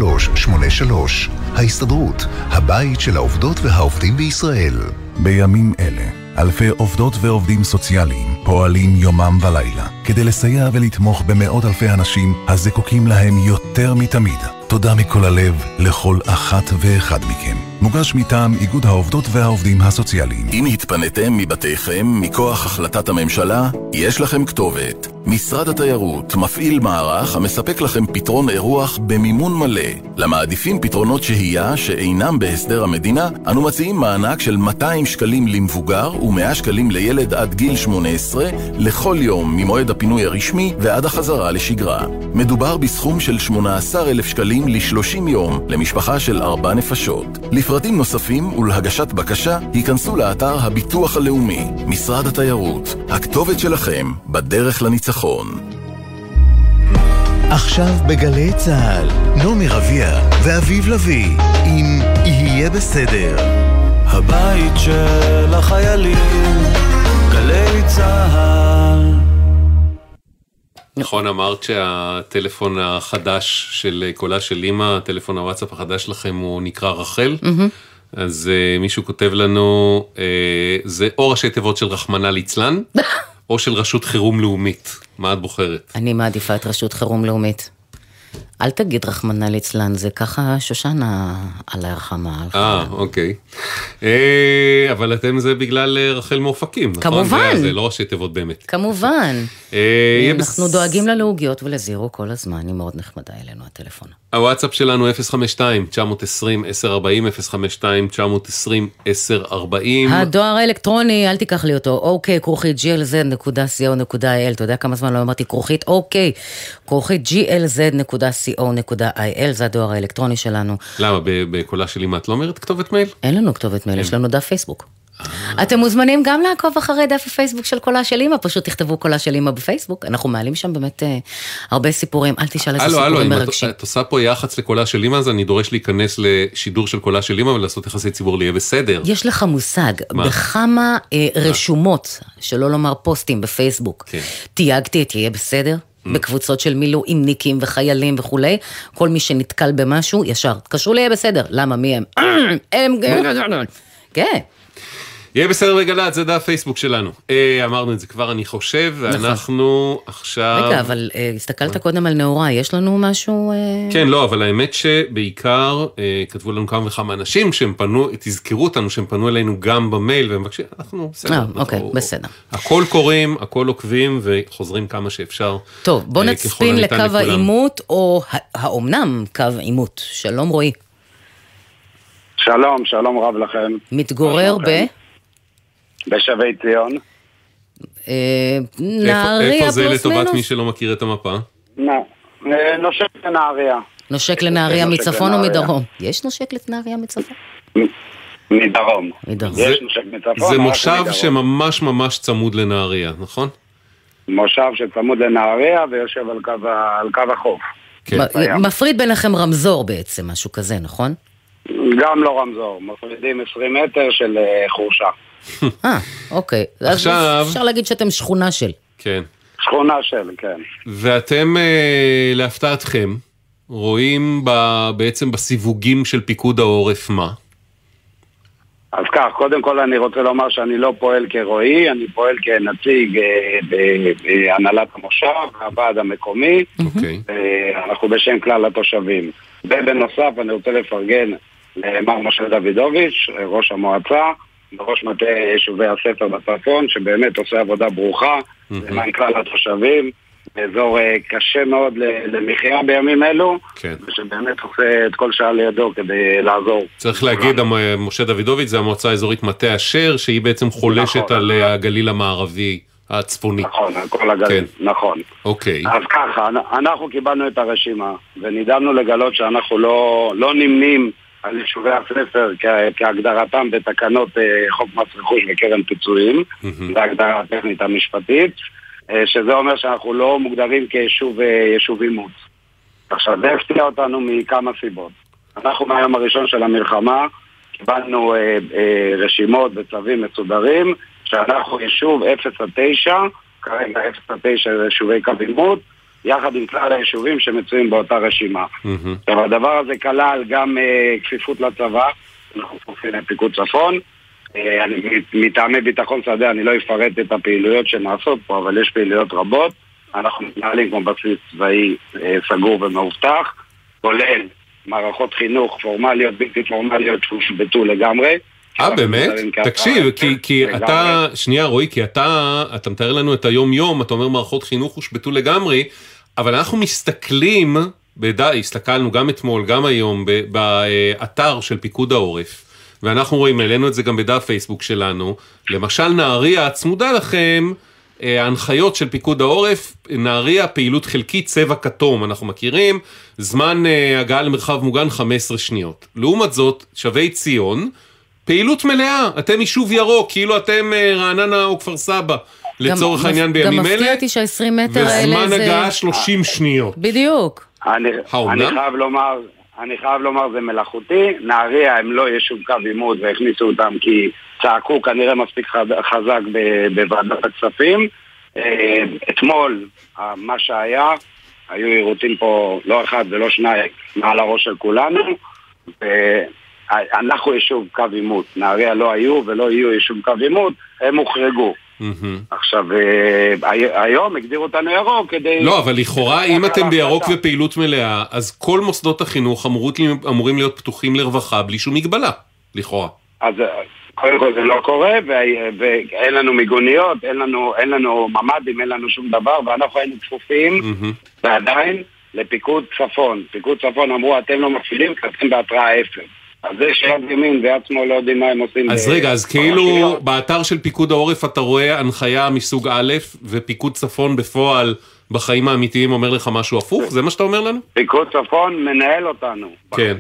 2383, ההסתדרות, הבית של העובדות והעובדים בישראל. בימים אלה, אלפי עובדות ועובדים סוציאליים פועלים יומם ולילה, כדי לסייע ולתמוך במאות אלפי אנשים הזקוקים להם יותר מתמיד. תודה מכל הלב לכל אחת ואחד מכם. מוגש מטעם איגוד העובדות והעובדים הסוציאליים. אם התפניתם מבתיכם מכוח החלטת הממשלה, יש לכם כתובת. משרד התיירות מפעיל מערך המספק לכם פתרון אירוח במימון מלא. למעדיפים פתרונות שהייה שאינם בהסדר המדינה, אנו מציעים מענק של 200 שקלים למבוגר ו100 שקלים לילד עד גיל 18 לכל יום ממועד הפינוי הרשמי ועד החזרה לשגרה. מדובר בסכום של 18,000 שקלים ל30 יום למשפחה של 4 נפשות. לפרטים נוספים ולהגשת בקשה, היכנסו לאתר הביטוח הלאומי. משרד התיירות, הכתובת שלכם בדרך לניצחון. עכשיו בגלי צהל, נעמי רביע ואביב לוי עם יהיה בסדר. הבית של החיילים, גלי צהל. נכון, אמרת שהטלפון החדש של קולה של אמא, הטלפון הוואטסאפ החדש שלכם הוא נקרא רחל. אז מישהו כותב לנו, זה או ראשי תיבות של רחמנה ליצלן, או של רשות חירום לאומית? מה את בוחרת? אני מעדיפה את רשות חירום לאומית. אל תגיד רחמנא ליצלן, זה ככה שושנה על הרחמה. אוקיי. אבל אתם זה בגלל רחל מאופקים, נכון? כמובן. זה לא ראשי תיבות באמת. כמובן. אנחנו דואגים ללעוגיות ולזירו כל הזמן, היא מאוד נחמדה אלינו הטלפון. הוואטסאפ שלנו 052-920-1040, 052-920-1040. הדואר האלקטרוני, אל תיקח לי אותו, אוקיי, כרוכית glz.co.il, אתה יודע כמה זמן לא אמרתי כרוכית, אוקיי, כרוכית glz.co.il, זה הדואר האלקטרוני שלנו. למה, בקולה של אמא את לא אומרת כתובת מייל? אין לנו כתובת מייל, יש לנו דף פייסבוק. אתם מוזמנים גם לעקוב אחרי דף הפייסבוק של קולה של אמא, פשוט תכתבו קולה של אמא בפייסבוק, אנחנו מעלים שם באמת הרבה סיפורים, אל תשאל איזה סיפורים מרגשים. את עושה פה יח"צ לקולה של אמא, אז אני דורש להיכנס לשידור של קולה של אמא ולעשות יחסי ציבור ליהיה בסדר. יש לך מושג, בכמה רשומות, שלא לומר פוסטים בפייסבוק, תייגתי את יהיה בסדר? בקבוצות של מילואימניקים וחיילים וכולי, כל מי שנתקל במשהו, ישר, תקשרו לי יהיה בסדר, למה מי הם? כן. יהיה בסדר בגל"צ, זה דף פייסבוק שלנו. אמרנו את זה כבר, אני חושב, ואנחנו עכשיו... רגע, אבל הסתכלת קודם על נאורה, יש לנו משהו... כן, לא, אבל האמת שבעיקר כתבו לנו כמה וכמה אנשים שהם פנו, תזכרו אותנו שהם פנו אלינו גם במייל, והם מבקשים, אנחנו בסדר. אוקיי, בסדר. הכל קוראים, הכל עוקבים, וחוזרים כמה שאפשר. טוב, בוא נצפין לקו העימות, או האומנם קו עימות. שלום רועי. שלום, שלום רב לכם. מתגורר בשבי ציון. נהריה איפה זה פלוס לטובת מינוס? מי שלא מכיר את המפה? נושק לנהריה. נושק לנהריה מצפון או מדרום? יש נושק לנהריה מצפון? מדרום. יש נושק מצפון. זה מושב שממש ממש צמוד לנהריה, נכון? מושב שצמוד לנהריה ויושב על קו החוף. מפריד ביניכם רמזור בעצם, משהו כזה, נכון? גם לא רמזור, מפרידים 20 מטר של חורשה. אוקיי. עכשיו... אפשר להגיד שאתם שכונה של. כן. שכונה של, כן. ואתם, להפתעתכם, רואים בעצם בסיווגים של פיקוד העורף מה? אז כך, קודם כל אני רוצה לומר שאני לא פועל כרועי, אני פועל כנציג בהנהלת המושב, הוועד המקומי, אנחנו בשם כלל התושבים. ובנוסף אני רוצה לפרגן למר משה דוידוביץ', ראש המועצה, וראש מטה יישובי הספר בצפון, שבאמת עושה עבודה ברוכה, למען כלל התושבים, באזור קשה מאוד למחיה בימים אלו, ושבאמת עושה את כל שעה לידו כדי לעזור. צריך להגיד, משה דוידוביץ' זה המועצה האזורית מטה אשר, שהיא בעצם חולשת על הגליל המערבי הצפוני. נכון, כל הגליל, נכון. אוקיי. אז ככה, אנחנו קיבלנו את הרשימה, ונדענו לגלות שאנחנו לא נמנים על יישובי הספר כהגדרתם בתקנות חוק מס רכוש וקרן פיצויים, זה ההגדרה הטכנית המשפטית, שזה אומר שאנחנו לא מוגדרים כיישוב אימוץ. עכשיו, זה הפתיע אותנו מכמה סיבות. אנחנו מהיום הראשון של המלחמה קיבלנו רשימות וצווים מסודרים, שאנחנו יישוב 0-9, כרגע 0-9 זה יישובי קו עימות, יחד עם כלל היישובים שמצויים באותה רשימה. הדבר הזה כלל גם כפיפות לצבא, אנחנו כפופים לפיקוד צפון, מטעמי ביטחון שדה אני לא אפרט את הפעילויות שנעשות פה, אבל יש פעילויות רבות, אנחנו מתנהלים כמו בסיס צבאי סגור ומאובטח, כולל מערכות חינוך פורמליות, בלתי פורמליות שהושבתו לגמרי. באמת? תקשיב, כי אתה, שנייה רועי, כי אתה מתאר לנו את היום יום, אתה אומר מערכות חינוך הושבתו לגמרי, אבל אנחנו מסתכלים, הסתכלנו גם אתמול, גם היום, באתר של פיקוד העורף, ואנחנו רואים, העלינו את זה גם בדף פייסבוק שלנו, למשל נהריה, צמודה לכם, ההנחיות של פיקוד העורף, נהריה, פעילות חלקית, צבע כתום, אנחנו מכירים, זמן הגעה למרחב מוגן 15 שניות. לעומת זאת, שבי ציון, פעילות מלאה, אתם יישוב ירוק, כאילו אתם רעננה או כפר סבא, לצורך העניין בימים אלה. גם מפתיע אותי שה-20 מטר האלה זה... וזמן הגעה 30 שניות. בדיוק. אני חייב לומר זה מלאכותי, נהריה הם לא יישוב קו עימות והכניסו אותם כי צעקו כנראה מספיק חזק בוועדת הכספים. אתמול מה שהיה, היו עירותים פה לא אחד ולא שניים מעל הראש של כולנו, אנחנו יישוב קו עימות, נהריה לא היו ולא יהיו יישוב קו עימות, הם הוחרגו. עכשיו, היום הגדירו אותנו ירוק כדי... לא, אבל לכאורה, אם אתם בירוק ופעילות מלאה, אז כל מוסדות החינוך אמורים להיות פתוחים לרווחה בלי שום מגבלה, לכאורה. אז קודם כל זה לא קורה, ואין לנו מיגוניות, אין לנו ממדים, אין לנו שום דבר, ואנחנו היינו כפופים, ועדיין לפיקוד צפון. פיקוד צפון אמרו, אתם לא מפעילים, אתם בהתראה 0. אז זה שיד ימין ויד שמאל לא יודעים מה הם עושים. אז רגע, אז כאילו באתר של פיקוד העורף אתה רואה הנחיה מסוג א', ופיקוד צפון בפועל בחיים האמיתיים אומר לך משהו הפוך? זה מה שאתה אומר לנו? פיקוד צפון מנהל אותנו. כן.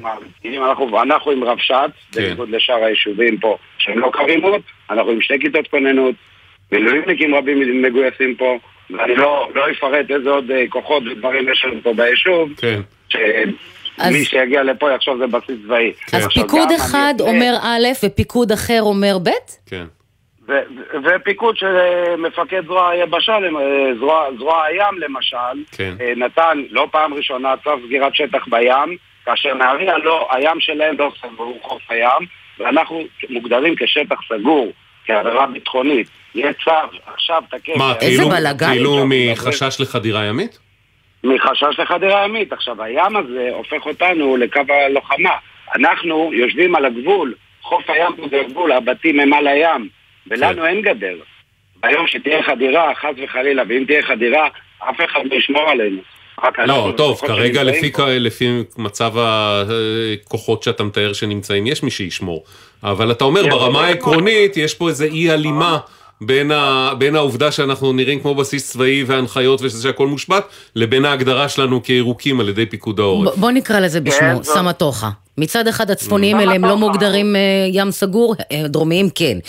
אנחנו עם רבש"ץ, בניגוד לשאר היישובים פה, שהם לא קרימות, אנחנו עם 2 כיתות כוננות, מילואימניקים רבים מגויסים פה, ואני לא אפרט איזה עוד כוחות ודברים יש לנו פה ביישוב. כן. מי שיגיע לפה יחשוב זה בסיס צבאי. אז פיקוד אחד אומר א' ופיקוד אחר אומר ב'? כן. ופיקוד של מפקד זרוע היבשה, זרוע הים למשל, נתן לא פעם ראשונה צו סגירת שטח בים, כאשר נהריה הים שלהם לא סגור, חוף הים, ואנחנו מוגדרים כשטח סגור, כעבירה ביטחונית. יהיה צו, עכשיו תקף. מה, כאילו מחשש לחדירה ימית? מחשש לחדירה ימית. עכשיו, הים הזה הופך אותנו לקו הלוחמה. אנחנו יושבים על הגבול, חוף הים זה הגבול, הבתים הם על הים, ולנו אין גדר. ביום שתהיה חדירה, חס וחלילה, ואם תהיה חדירה, אף אחד לא ישמור עלינו. לא, טוב, כרגע לפי מצב הכוחות שאתה מתאר שנמצאים, יש מי שישמור. אבל אתה אומר, ברמה העקרונית, יש פה איזה אי הלימה בין העובדה שאנחנו נראים כמו בסיס צבאי והנחיות ושהכל מושבת, לבין ההגדרה שלנו כירוקים על ידי פיקוד העורף. בוא נקרא לזה בשמו, סמטוחה. מצד אחד הצפוניים אלה הם לא מוגדרים ים סגור, דרומיים כן.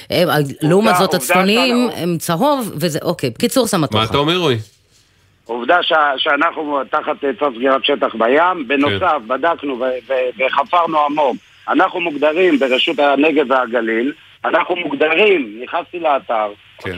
לעומת זאת הצפוניים הם צהוב, וזה אוקיי. בקיצור סמטוחה. מה אתה אומר רועי? עובדה שאנחנו תחת צו סגירת שטח בים, בנוסף בדקנו וחפרנו עמוק. אנחנו מוגדרים ברשות הנגב והגליל, אנחנו מוגדרים, נכנסתי לאתר,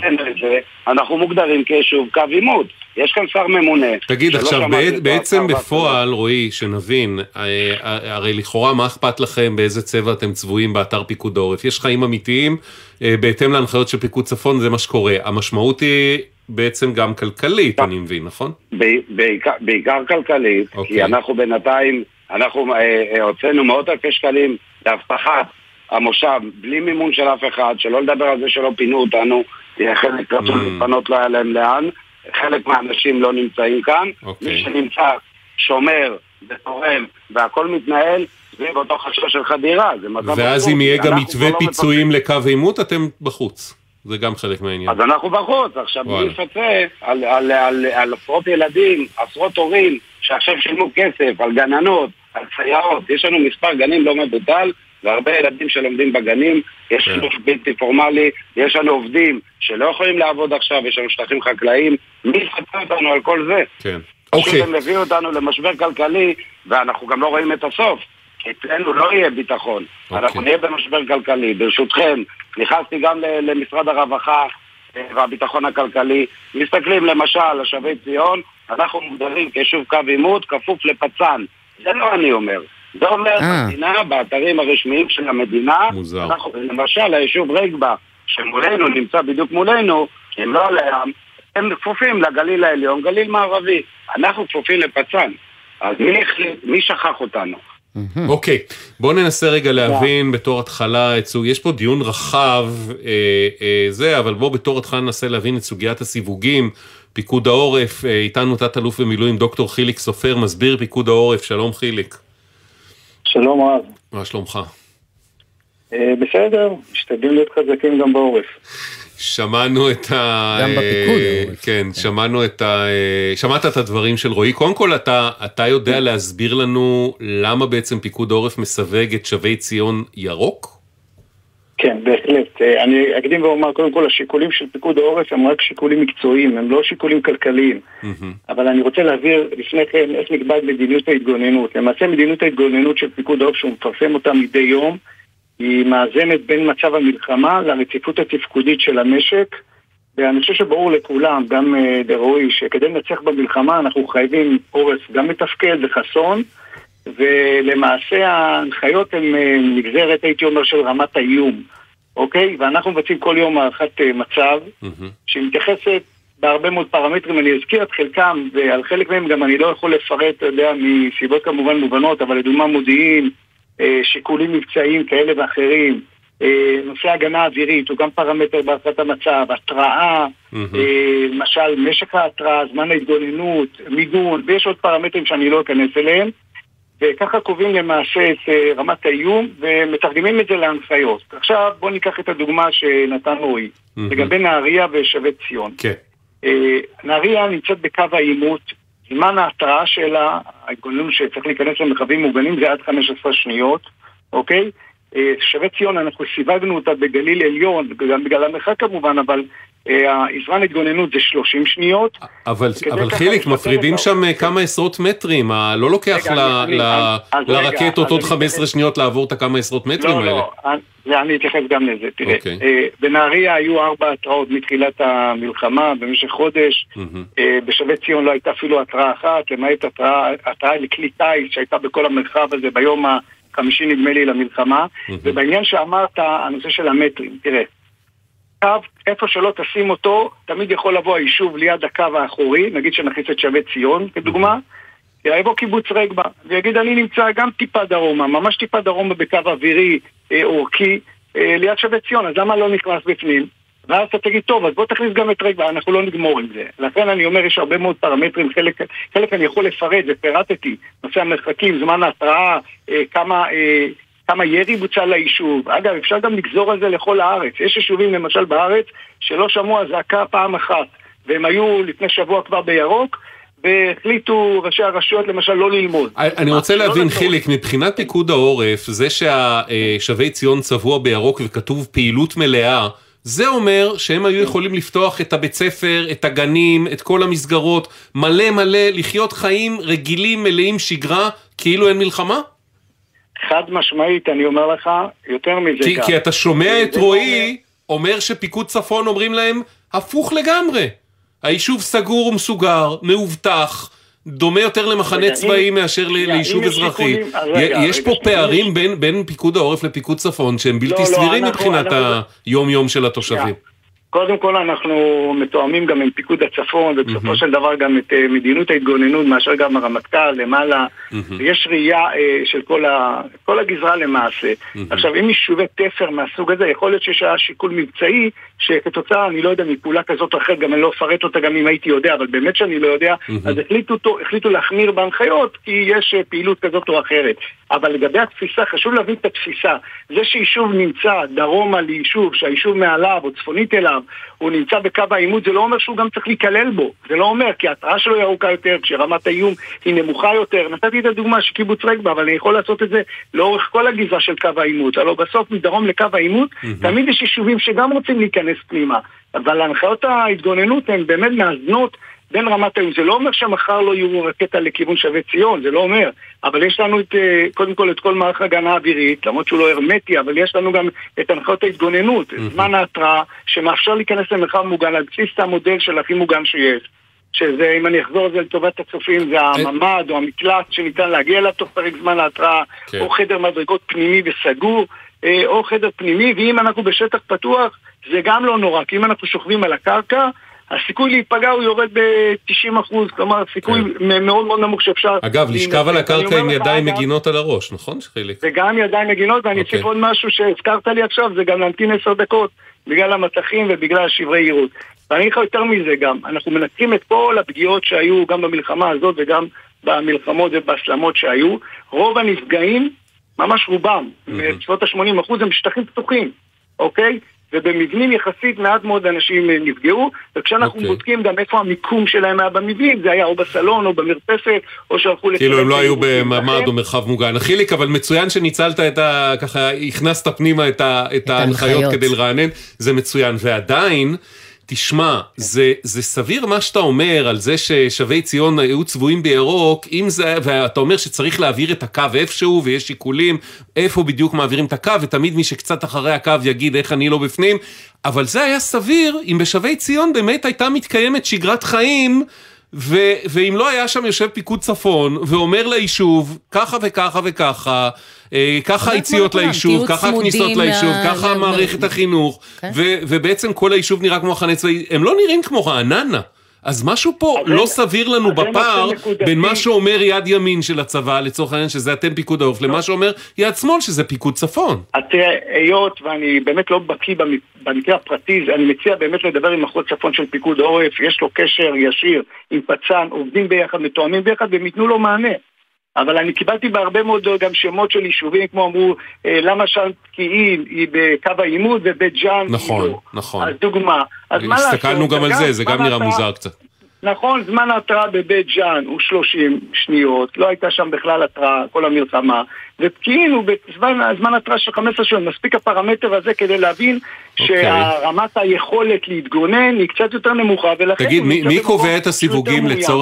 אנחנו מוגדרים כיישוב קו עימות. יש כאן שר ממונה. תגיד, עכשיו, בעצם בפועל, רועי, שנבין, הרי לכאורה מה אכפת לכם באיזה צבע אתם צבועים באתר פיקוד העורף? יש חיים אמיתיים, בהתאם להנחיות של פיקוד צפון, זה מה שקורה. המשמעות היא בעצם גם כלכלית, אני מבין, נכון? בעיקר כלכלית, כי אנחנו בינתיים, אנחנו הוצאנו מאות אלפי שקלים להבטחת המושב, בלי מימון של אף אחד, שלא לדבר על זה שלא פינו אותנו, חלק רצו להתפנות לא היה להם לאן, חלק מהאנשים לא נמצאים כאן, מי שנמצא שומר ותורם והכל מתנהל, סביב אותו חשש של חדירה. ואז אם יהיה גם מתווה פיצויים לקו עימות, אתם בחוץ. זה גם חלק מהעניין. אז אנחנו בחוץ, עכשיו מי יפצה על עשרות ילדים, עשרות הורים, שעכשיו שילמו כסף, על גננות, על סייעות, יש לנו מספר גנים לא מבוטל, והרבה ילדים שלומדים בגנים, יש לנו בלתי פורמלי, יש לנו עובדים שלא יכולים לעבוד עכשיו, יש לנו שטחים חקלאיים, מי יפצה אותנו על כל זה? כן. פשוט הם הביאו אותנו למשבר כלכלי, ואנחנו גם לא רואים את הסוף. כי אצלנו לא יהיה ביטחון. אנחנו נהיה במשבר כלכלי. ברשותכם, נכנסתי גם למשרד הרווחה והביטחון הכלכלי. מסתכלים למשל על שבי ציון, אנחנו מוגדרים כיישוב קו עימות, כפוף לפצ"ן. זה לא אני אומר. זה אומר המדינה, באתרים הרשמיים של המדינה, אנחנו, למשל, היישוב רגבה, שמולנו, נמצא בדיוק מולנו, הם לא על הים, הם כפופים לגליל העליון, גליל מערבי. אנחנו כפופים לפצ"ן. אז מי שכח אותנו? אוקיי, בואו ננסה רגע להבין בתור התחלה, יש פה דיון רחב, אבל בואו בתור התחלה ננסה להבין את סוגיית הסיווגים, פיקוד העורף, איתנו תת-אלוף במילואים דוקטור חיליק סופר, מסביר פיקוד העורף, שלום חיליק. שלום רב. מה שלומך? בסדר, משתדלים להיות חזקים גם בעורף. שמענו את גם בפיקוד. כן, שמעת את הדברים של רועי. קודם כל, אתה יודע להסביר לנו למה בעצם פיקוד העורף מסווג את שבי ציון ירוק? כן, בהחלט. אני אקדים ואומר, קודם כל, השיקולים של פיקוד העורף הם רק שיקולים מקצועיים, הם לא שיקולים כלכליים. אבל אני רוצה להעביר לפני כן איך נקבעת מדיניות ההתגוננות. למעשה מדיניות ההתגוננות של פיקוד העורף, שהוא מפרסם אותה מדי יום, היא מאזנת בין מצב המלחמה לרציפות התפקודית של המשק, ואני חושב שברור לכולם, גם לרועי, שכדי לנצח במלחמה אנחנו חייבים עורף גם מתפקד וחסון, ולמעשה ההנחיות הן נגזרת, הייתי אומר, של רמת האיום. אוקיי? ואנחנו מבצעים כל יום הערכת מצב, שמתייחסת בהרבה מאוד פרמטרים, אני אזכיר את חלקם, ועל חלק מהם גם אני לא יכול לפרט, אתה יודע, מסיבות כמובן מובנות, אבל לדוגמה מודיעין, שיקולים מבצעיים כאלה ואחרים, נושא הגנה אווירית, הוא גם פרמטר בהערכת המצב, התראה, למשל משך ההתראה, זמן ההתגוננות, מיגון, ויש עוד פרמטרים שאני לא אכנס אליהם, וככה קובעים למעשה את רמת האיום, ומתרגמים את זה להנחיות. עכשיו בואו ניקח את הדוגמה שנתן רועי, לגבי נהריה ושבי ציון. נהריה נמצאת בקו העימות, זמן ההתראה שלה, ההתגוננות שצריך להיכנס למרחבים מוגנים זה עד 15 שניות, אוקיי? שבי ציון אנחנו סיווגנו אותה בגליל עליון, גם בגלל המרחק כמובן, אבל זמן התגוננות זה 30 שניות. אבל חיליק, מפרידים שם כמה עשרות מטרים, לא לוקח לרקטות עוד 15 שניות לעבור את הכמה עשרות מטרים האלה? לא, אני אתייחס גם לזה. תראה, בנהריה היו 4 התראות מתחילת המלחמה במשך חודש, בשבי ציון לא הייתה אפילו התראה אחת, למעט התראה לכלי טייס שהייתה בכל המרחב הזה ביום ה-50 נדמה לי למלחמה, ובעניין שאמרת, הנושא של המטרים, תראה, קו, איפה שלא תשים אותו, תמיד יכול לבוא היישוב ליד הקו האחורי, נגיד שנכניס את שבי ציון, כדוגמה, יבוא קיבוץ רגבה, ויגיד אני נמצא גם טיפה דרומה, ממש טיפה דרומה בקו אווירי אורכי, ליד שבי ציון, אז למה לא נכנס בפנים? ואז אתה תגיד, טוב, אז בוא תכניס גם את רגבה, אנחנו לא נגמור עם זה. לכן אני אומר, יש הרבה מאוד פרמטרים, חלק אני יכול לפרט, ופירטתי, נושא המרחקים, זמן ההתראה, כמה ירי בוצע ליישוב. אגב, אפשר גם לגזור על זה לכל הארץ. יש יישובים למשל בארץ שלא שמעו הזעקה פעם אחת, והם היו לפני שבוע כבר בירוק, והחליטו ראשי הרשויות למשל לא ללמוד. אני רוצה להבין, חיליק, מבחינת פיקוד העורף, זה שהשבי ציון צבוע בירוק וכתוב פעילות מלאה, זה אומר שהם היו יכולים לפתוח את הבית ספר, את הגנים, את כל המסגרות, מלא, לחיות חיים רגילים, מלאים שגרה, כאילו אין מלחמה? חד משמעית, אני אומר לך, יותר מזה גם. כי אתה שומע את רועי, אומר שפיקוד צפון אומרים להם, הפוך לגמרי. היישוב סגור ומסוגר, מאובטח, דומה יותר למחנה צבאי מאשר ליישוב אזרחי. יש פה פערים בין פיקוד העורף לפיקוד צפון, שהם בלתי סבירים מבחינת היום-יום של התושבים. קודם כל אנחנו מתואמים גם עם פיקוד הצפון, ובסופו של דבר גם את מדיניות ההתגוננות, מאשר גם הרמטכ"ל למעלה, ויש ראייה של כל הגזרה למעשה. עכשיו, אם יישובי תפר מהסוג הזה, יכול להיות שיש שיקול מבצעי, שכתוצאה, אני לא יודע, מפעולה כזאת או אחרת, גם אני לא אפרט אותה גם אם הייתי יודע, אבל באמת שאני לא יודע, אז החליטו להחמיר בהנחיות, כי יש פעילות כזאת או אחרת. אבל לגבי התפיסה, חשוב להבין את התפיסה. זה שיישוב נמצא דרומה ליישוב, שהיישוב מעליו או צפונית אליו, הוא נמצא בקו העימות, זה לא אומר שהוא גם צריך להיכלל בו. זה לא אומר, כי ההתראה שלו היא ארוכה יותר, כשרמת האיום היא נמוכה יותר. נתתי את הדוגמה שקיבוץ רגבה, אבל אני יכול לעשות את זה לאורך כל הגזרה של קו העימות. הלוא בסוף מדרום לקו העימות, תמיד יש יישובים שגם רוצים להיכנס פנימה. אבל ההנחיות ההתגוננות הן באמת מאזנות בין רמת האיום. זה לא אומר שמחר לא יהיו רקטה לכיוון שבי ציון, זה לא אומר. אבל יש לנו קודם כל את כל מערך הגנה אווירית, למרות שהוא לא הרמטי, אבל יש לנו גם את הנחיות ההתגוננות, זמן ההתראה, שמאפשר להיכנס למרחב מוגן, על בסיס המודל של הכי מוגן שיש. שזה, אם אני אחזור את זה לטובת הצופים, זה הממד או המקלט שניתן להגיע אליו תוך פרק זמן ההתראה, או חדר מדרגות פנימי וסגור, או חדר פנימי, ואם אנחנו בשטח פתוח, זה גם לא נורא, כי אם אנחנו שוכבים על הקרקע, הסיכוי להיפגע הוא יורד ב-90%, כלומר, סיכוי מאוד מאוד נמוך שאפשר... אגב, לשכב על הקרקע עם ידיים מגינות על הראש, נכון שחיליק? זה גם ידיים מגינות, ואני אוסיף עוד משהו שהזכרת לי עכשיו, זה גם להמתין 10 דקות, בגלל המתחים ובגלל השברי עירות. ואני אגיד לך יותר מזה גם, אנחנו מנתחים את כל הפגיעות שהיו גם במלחמה הזאת וגם במלחמות ובהסלמות שהיו, רוב הנפגעים, ממש רובם, בסביבות ה-80% הם שטחים פתוחים, אוקיי? ובמבנים יחסית מעט מאוד אנשים נפגעו, וכשאנחנו בודקים גם איפה המיקום שלהם היה במבנים, זה היה או בסלון או במרפסת, או שהלכו... כאילו הם לא היו בממד או מרחב מוגן. חיליק, אבל מצוין שניצלת ככה, הכנסת פנימה את ההנחיות כדי לרענן, זה מצוין. ועדיין, תשמע, זה סביר מה שאתה אומר על זה ששבי ציון היו צבועים בירוק, ואתה אומר שצריך להעביר את הקו איפשהו, ויש שיקולים איפה בדיוק מעבירים את הקו, ותמיד מי שקצת אחרי הקו יגיד איך אני לא בפנים, אבל זה היה סביר אם בשבי ציון באמת הייתה מתקיימת שגרת חיים, ואם לא היה שם יושב פיקוד צפון, ואומר ליישוב, ככה וככה וככה, ככה היציאות ליישוב, ככה הכניסות ליישוב, ככה מערכת החינוך, ובעצם כל היישוב נראה כמו מחנה צבאי, הם לא נראים כמו רעננה. אז משהו פה לא סביר לנו בפער בין מה שאומר יד ימין של הצבא, לצורך העניין שזה אתם פיקוד העורף, למה שאומר יד שמאל שזה פיקוד צפון. היות ואני באמת לא בקיא במקרה הפרטי, אני מציע באמת לדבר עם מחוז צפון של פיקוד העורף, יש לו קשר ישיר עם פצ"ן, עובדים ביחד, מתואמים ביחד, והם ייתנו לו מענה. אבל אני קיבלתי בהרבה מאוד גם שמות של יישובים, כמו אמרו, למה שם פקיעין היא בקו העימות ובית ג'אן. נכון, נכון. אז דוגמה. אז מה לעשות? הסתכלנו גם על זה, זה גם נראה מוזר קצת. נכון, זמן ההתראה בבית ג'אן הוא 30 שניות, לא הייתה שם בכלל התראה, כל המלחמה, ופקיעין הוא בזמן התראה של 15 שניות, מספיק הפרמטר הזה כדי להבין שהרמת היכולת להתגונן היא קצת יותר נמוכה, ולכן... תגיד, מי קובע את הסיווגים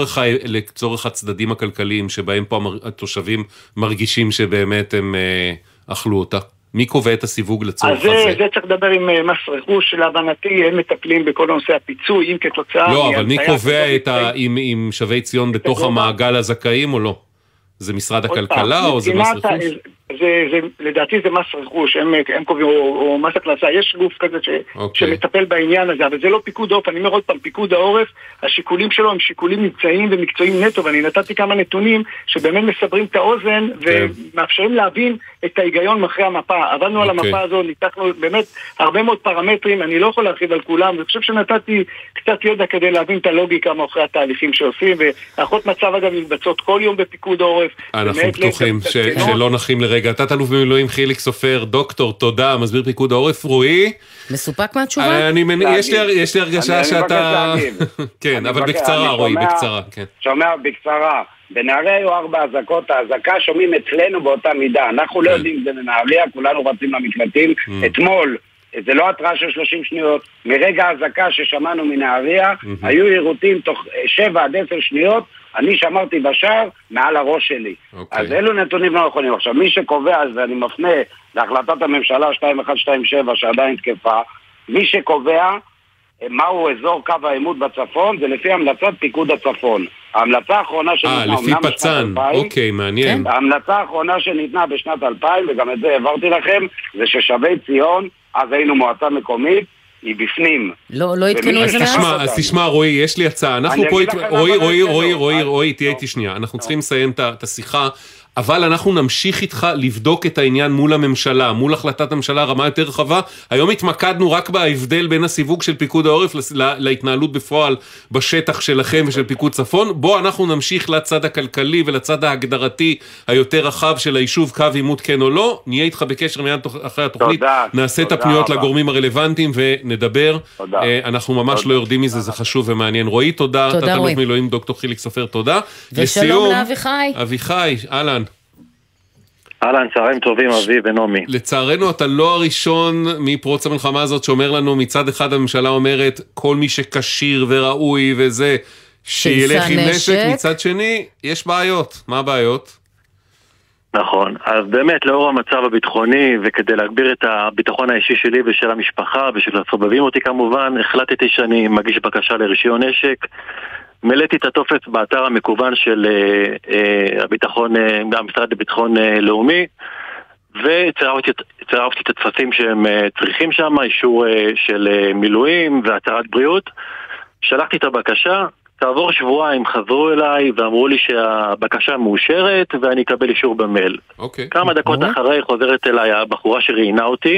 לצורך הצדדים הכלכליים, שבהם פה התושבים מרגישים שבאמת הם אכלו אותה? מי קובע את הסיווג לצורך הזה? אז זה צריך לדבר עם מס רכוש, שלהבנתי הם מטפלים בכל נושא הפיצוי, אם כתוצאה... לא, אבל מי קובע אם שבי ציון בתוך המעגל הזכאים או לא? זה משרד הכלכלה או זה מס רכוש? לדעתי זה מס רכוש, הם קובעים, או מס הכנסה, יש גוף כזה שמטפל בעניין הזה, אבל זה לא פיקוד העורף, אני אומר עוד פעם, פיקוד העורף, השיקולים שלו הם שיקולים מבצעיים ומקצועיים נטו, ואני נתתי כמה נתונים שבאמת מסברים את האוזן, ומאפשרים להבין את ההיגיון מאחרי המפה. עבדנו על המפה הזו, ניתחנו באמת הרבה מאוד פרמטרים, אני לא יכול להרחיב על כולם, ואני חושב שנתתי קצת ידע כדי להבין את הלוגיקה מאחרי התהליכים שעושים, והערכות מצב אגב מתבצעות כל יום בפיקוד העורף. אנחנו בטוחים שלא נחים לרגע. תת-אלוף במילואים חיליק סופר, דוקטור, תודה, מסביר פיקוד העורף, רועי. מסופק מהתשובה? יש לי הרגשה שאתה... כן, אבל בקצרה, רועי, בקצרה. שומע בקצרה. בנהריה היו 4 אזעקות, האזעקה שומעים אצלנו באותה מידה. אנחנו לא יודעים זה בנהריה, כולנו רצים למקלטים. אתמול, זה לא התראה של 30 שניות, מרגע האזעקה ששמענו מנהריה, היו עירותים תוך 7 עד 10 שניות, אני שמרתי בשער מעל הראש שלי. אז אלו נתונים לא נכונים. עכשיו, מי שקובע, ואני מפנה להחלטת הממשלה 2127 שעדיין תקפה, מי שקובע מהו אזור קו העימות בצפון, זה לפי המלצת פיקוד הצפון. ההמלצה האחרונה שניתנה... לפי פצ"ן, אוקיי, מעניין. ההמלצה האחרונה שניתנה בשנת 2000, וגם את זה העברתי לכם, זה ששבי ציון, אז היינו מועצה מקומית, היא בפנים. לא התקנו את זה מאז? אז תשמע, רועי, יש לי הצעה. אנחנו פה... רועי, תהיה איתי שנייה. אנחנו צריכים לסיים את השיחה, אבל אנחנו נמשיך איתך לבדוק את העניין מול הממשלה, מול החלטת הממשלה רמה יותר רחבה. היום התמקדנו רק בהבדל בין הסיווג של פיקוד העורף להתנהלות בפועל בשטח שלכם ושל פיקוד צפון. בוא אנחנו נמשיך לצד הכלכלי ולצד ההגדרתי היותר רחב של היישוב, קו עימות כן או לא. נהיה איתך בקשר מיד אחרי התוכנית. נעשה את הפניות לגורמים הרלוונטיים ונדבר. אנחנו ממש לא יורדים מזה, זה חשוב ומעניין. רועי, תודה. תת-אלוף במילואים דוקטור חיליק סופר, תודה. ושלום לאביחי. אביחי, אהלן. אהלן, צהריים טובים, אבי ונעמי. לצערנו אתה לא הראשון מפרוץ המלחמה הזאת שאומר לנו, מצד אחד הממשלה אומרת, כל מי שקשיר וראוי וזה, שילך עם נשק, מצד שני, יש בעיות. מה הבעיות? נכון, אז באמת לאור המצב הביטחוני וכדי להגביר את הביטחון האישי שלי ושל המשפחה ושל הסובבים אותי כמובן, החלטתי שאני מגיש בקשה לרישיון נשק. מלאתי את הטופס באתר המקוון של הביטחון, גם משרד לביטחון לאומי, וצירפתי את הטפסים שהם צריכים שם, אישור של מילואים והצהרת בריאות. שלחתי את הבקשה, כעבור שבועיים חזרו אליי ואמרו לי שהבקשה מאושרת ואני אקבל אישור במייל. כמה דקות אחרי חוזרת אליי הבחורה שראיינה אותי,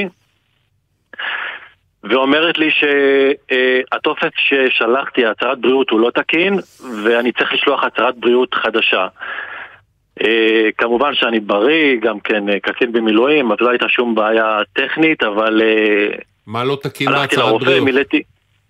ואומרת לי שהטופס ששלחתי, הצהרת בריאות, הוא לא תקין, ואני צריך לשלוח הצהרת בריאות חדשה. כמובן שאני בריא, גם כן קצין במילואים, אז לא הייתה שום בעיה טכנית, אבל... מה לא תקין בהצהרת בריאות? מילאתי...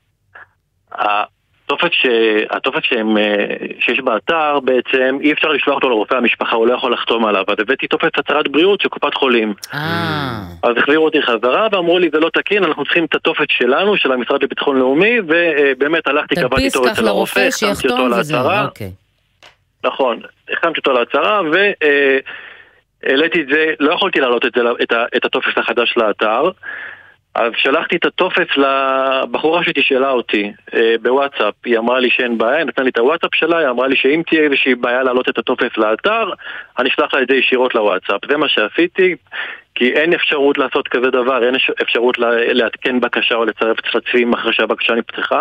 הטופס שיש באתר בעצם אי אפשר לשלוח אותו לרופא המשפחה, הוא לא יכול לחתום עליו, אז הבאתי טופס הצהרת בריאות של קופת חולים. אז החזירו אותי חזרה ואמרו לי זה לא תקין, אנחנו צריכים את הטופס שלנו, של המשרד לביטחון לאומי, ובאמת הלכתי, קבעתי אותו אצל הרופא, החתמתי אותו להצהרה. נכון, החתמתי אותו להצהרה והעליתי את זה, לא יכולתי להעלות את הטופס החדש לאתר, אז שלחתי את הטופס לבחורה שתשאלה אותי בוואטסאפ. היא אמרה לי שאין בעיה, נתנה לי את הוואטסאפ שלה, היא אמרה לי שאם תהיה איזושהי בעיה להעלות את הטופס לאתר, אני אשלח לה את זה ישירות לוואטסאפ. זה מה שעשיתי, כי אין אפשרות לעשות כזה דבר, אין אפשרות לעדכן בקשה או לצרף צפצפים אחרי שהבקשה נפתחה.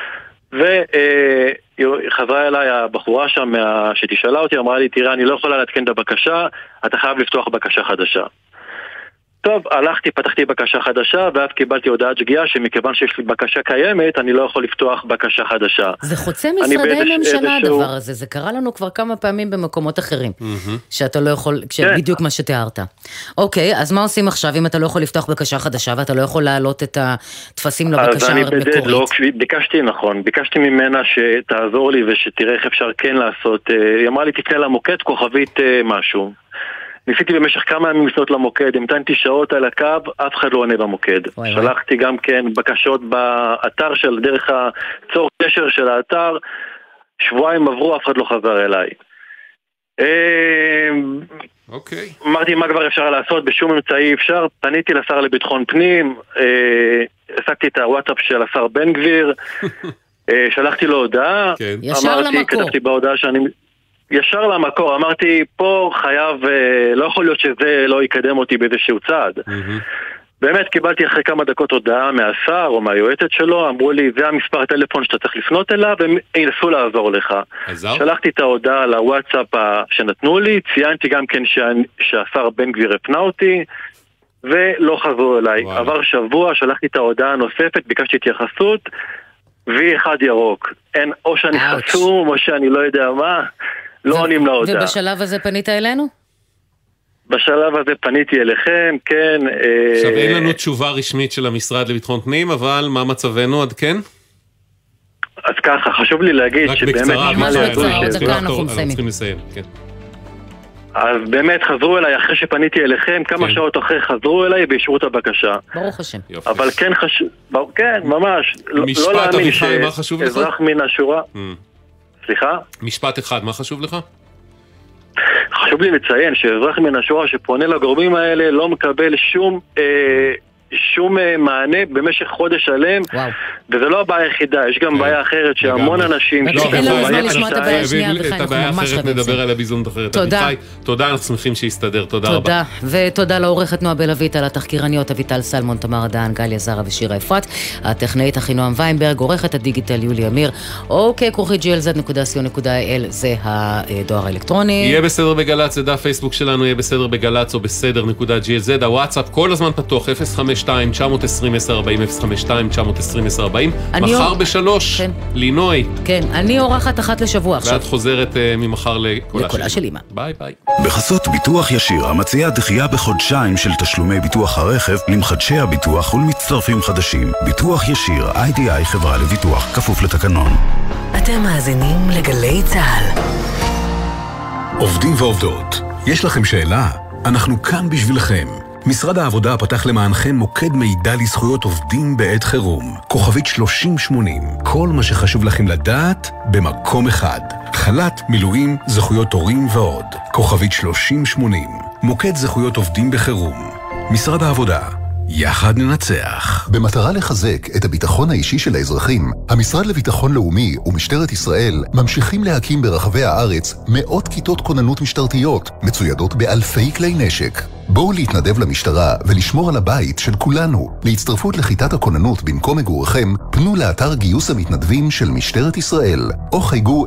וחזרה אליי הבחורה שם שתשאלה אותי, אמרה לי, תראה, אני לא יכולה לעדכן את הבקשה, אתה חייב לפתוח בקשה חדשה. טוב, הלכתי, פתחתי בקשה חדשה, ואז קיבלתי הודעת שגיאה שמכיוון שיש לי בקשה קיימת, אני לא יכול לפתוח בקשה חדשה. זה חוצה משרדי ממשלה הדבר הזה, זה קרה לנו כבר כמה פעמים במקומות אחרים, שאתה לא יכול, בדיוק מה שתיארת. אוקיי, אז מה עושים עכשיו אם אתה לא יכול לפתוח בקשה חדשה, ואתה לא יכול להעלות את התפסים לבקשה המקורית? אז אני ביקשתי ממנה שתעזור לי ושתראה איך אפשר כן לעשות. היא אמרה לי, תפנה למוקד כוכבית משהו. ניסיתי במשך כמה ימים לפנות למוקד, המתנתי שעות על הקו, אף אחד לא עונה במוקד. שלחתי גם כן בקשות באתר של דרך הצור קשר של האתר, שבועיים עברו, אף אחד לא חזר אליי. אמרתי מה כבר אפשר לעשות, בשום אמצעי אפשר, פניתי לשר לביטחון פנים, עסקתי את הוואטסאפ של השר בן גביר, שלחתי לו הודעה, כתבתי בהודעה שאני... ישר למקור, אמרתי, פה חייב, לא יכול להיות שזה לא יקדם אותי באיזשהו צעד. באמת קיבלתי אחרי כמה דקות הודעה מהשר או מהיועצת שלו, אמרו לי, זה המספר הטלפון שאתה צריך לפנות אליו, והם ינסו לעזור לך. שלחתי את ההודעה לוואטסאפ שנתנו לי, ציינתי גם כן שהשר בן גביר הפנה אותי, ולא חזרו אליי. עבר שבוע, שלחתי את ההודעה הנוספת, ביקשתי התייחסות, V1 ירוק. אין, או שאני חסום, או שאני לא יודע מה. לא עונים להודעה. ובשלב הזה פנית אלינו? בשלב הזה פניתי אליכם, כן. עכשיו אין לנו תשובה רשמית של המשרד לביטחון פנים, אבל מה מצבנו עד כן? אז ככה, חשוב לי להגיד שבאמת... רק בקצרה, אנחנו צריכים לסיים, כן. אז באמת חזרו אליי אחרי שפניתי אליכם, כמה שעות אחרי חזרו אליי ואישרו את הבקשה. ברוך השם. אבל כן חשוב, כן, ממש, לא להאמין שאזרח מן השורה... סליחה? משפט אחד, מה חשוב לך? חשוב לי לציין שאזרח מן השורה שפונה לגורמים האלה לא מקבל שום מענה במשך חודש שלם, וזה לא הבעיה היחידה, יש גם בעיה אחרת שהמון אנשים... אין לנו זמן לשמוע את הבעיה השנייה, את הבעיה האחרת נדבר עליה בהזדמנות אחרת. תודה. תודה, אנחנו שמחים שיסתדר, תודה רבה. תודה, ותודה לעורכת נועה בלווית, על התחקירניות אביטל סלמון, תמר דהן, גליה זרה ושירה אפרת, הטכנאית אחינועם ויינברג, עורכת הדיגיטל יולי אמיר, glz.co.il זה הדואר האלקטרוני. יהיה בסדר בגלץ, זה דף פייסבוק שלנו, יהיה בסדר בגלץ או בסדר.glz, הוואטסאפ כל הזמן פתוח, 052-920-1040, 052-920-1040. מחר בשלוש, לינוי. כן, אני אורחת אחת לשבוע עכשיו. ואת חוזרת ממחר לקולה של אמא. ביי ביי. בחסות ביטוח ישיר, המציעה דחייה בחודשיים של תשלומי ביטוח הרכב למחדשי הביטוח ולמצטרפים חדשים. ביטוח ישיר, IDI חברה לביטוח, כפוף לתקנון. אתם מאזינים לגלי צהל. עובדים ועובדות, יש לכם שאלה? אנחנו כאן בשבילכם. משרד העבודה פתח למענכם מוקד מידע לזכויות עובדים בעת חירום. כוכבית 3080. כל מה שחשוב לכם לדעת במקום אחד. חל"ת, מילואים, זכויות הורים ועוד. כוכבית 3080. מוקד זכויות עובדים בחירום. משרד העבודה. יחד ננצח. במטרה לחזק את הביטחון האישי של האזרחים, המשרד לביטחון לאומי ומשטרת ישראל ממשיכים להקים ברחבי הארץ מאות כיתות כוננות משטרתיות, מצוידות באלפי כלי נשק. בואו להתנדב למשטרה ולשמור על הבית של כולנו. להצטרפות לכיתת הכוננות במקום מגורכם, פנו לאתר גיוס המתנדבים של משטרת ישראל, או חייגו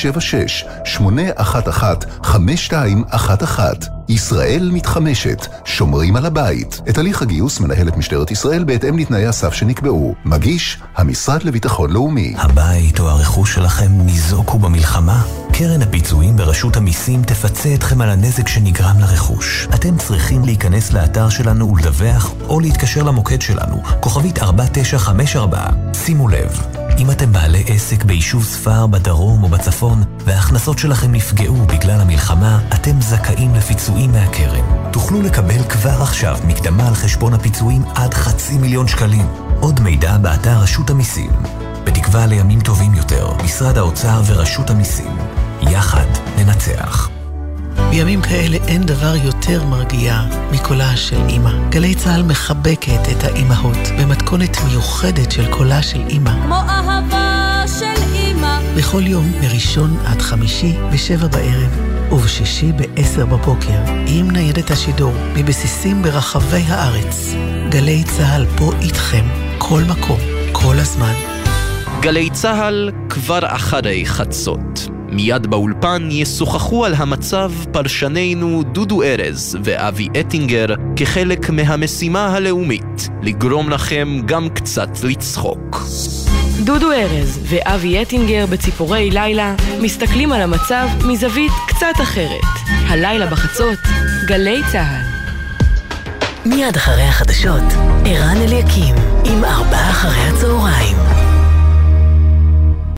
076-811-5211. ישראל מתחמשת, שומרים על הבית. את הליך הגיוס מנהלת משטרת ישראל בהתאם לתנאי הסף שנקבעו. מגיש המשרד לביטחון לאומי. הבית או הרכוש שלכם ניזוקו במלחמה? קרן הפיצויים ברשות המיסים תפצה אתכם על הנזק שנגרם לרכוש. אתם צריכים להיכנס לאתר שלנו ולדווח או להתקשר למוקד שלנו, כוכבית 4954. שימו לב, אם אתם בעלי עסק ביישוב ספר בדרום או בצפון וההכנסות שלכם נפגעו בגלל המלחמה, אתם זכאים לפיצויים מהקרן. תוכלו לקבל כבר עכשיו מקדמה על חשבון הפיצויים עד 500,000 שקלים. עוד מידע באתר רשות המיסים. בתקווה לימים טובים יותר, משרד האוצר ורשות המיסים. יחד ננצח. בימים כאלה אין דבר יותר מרגיע מקולה של אמא. גלי צהל מחבקת את האימהות במתכונת מיוחדת של קולה של אמא. כמו אהבה של אמא. בכל יום מראשון עד חמישי ב7 בערב ובשישי ב10 בבוקר עם ניידת השידור מבסיסים ברחבי הארץ. גלי צהל פה איתכם, כל מקום, כל הזמן. גלי צהל כבר אחרי חצות. מיד באולפן ישוחחו על המצב פרשנינו דודו ארז ואבי אטינגר כחלק מהמשימה הלאומית, לגרום לכם גם קצת לצחוק. דודו ארז ואבי אטינגר בציפורי לילה מסתכלים על המצב מזווית קצת אחרת. הלילה בחצות, גלי צהל. מיד אחרי החדשות, ערן אליקים עם 4 אחרי הצהריים.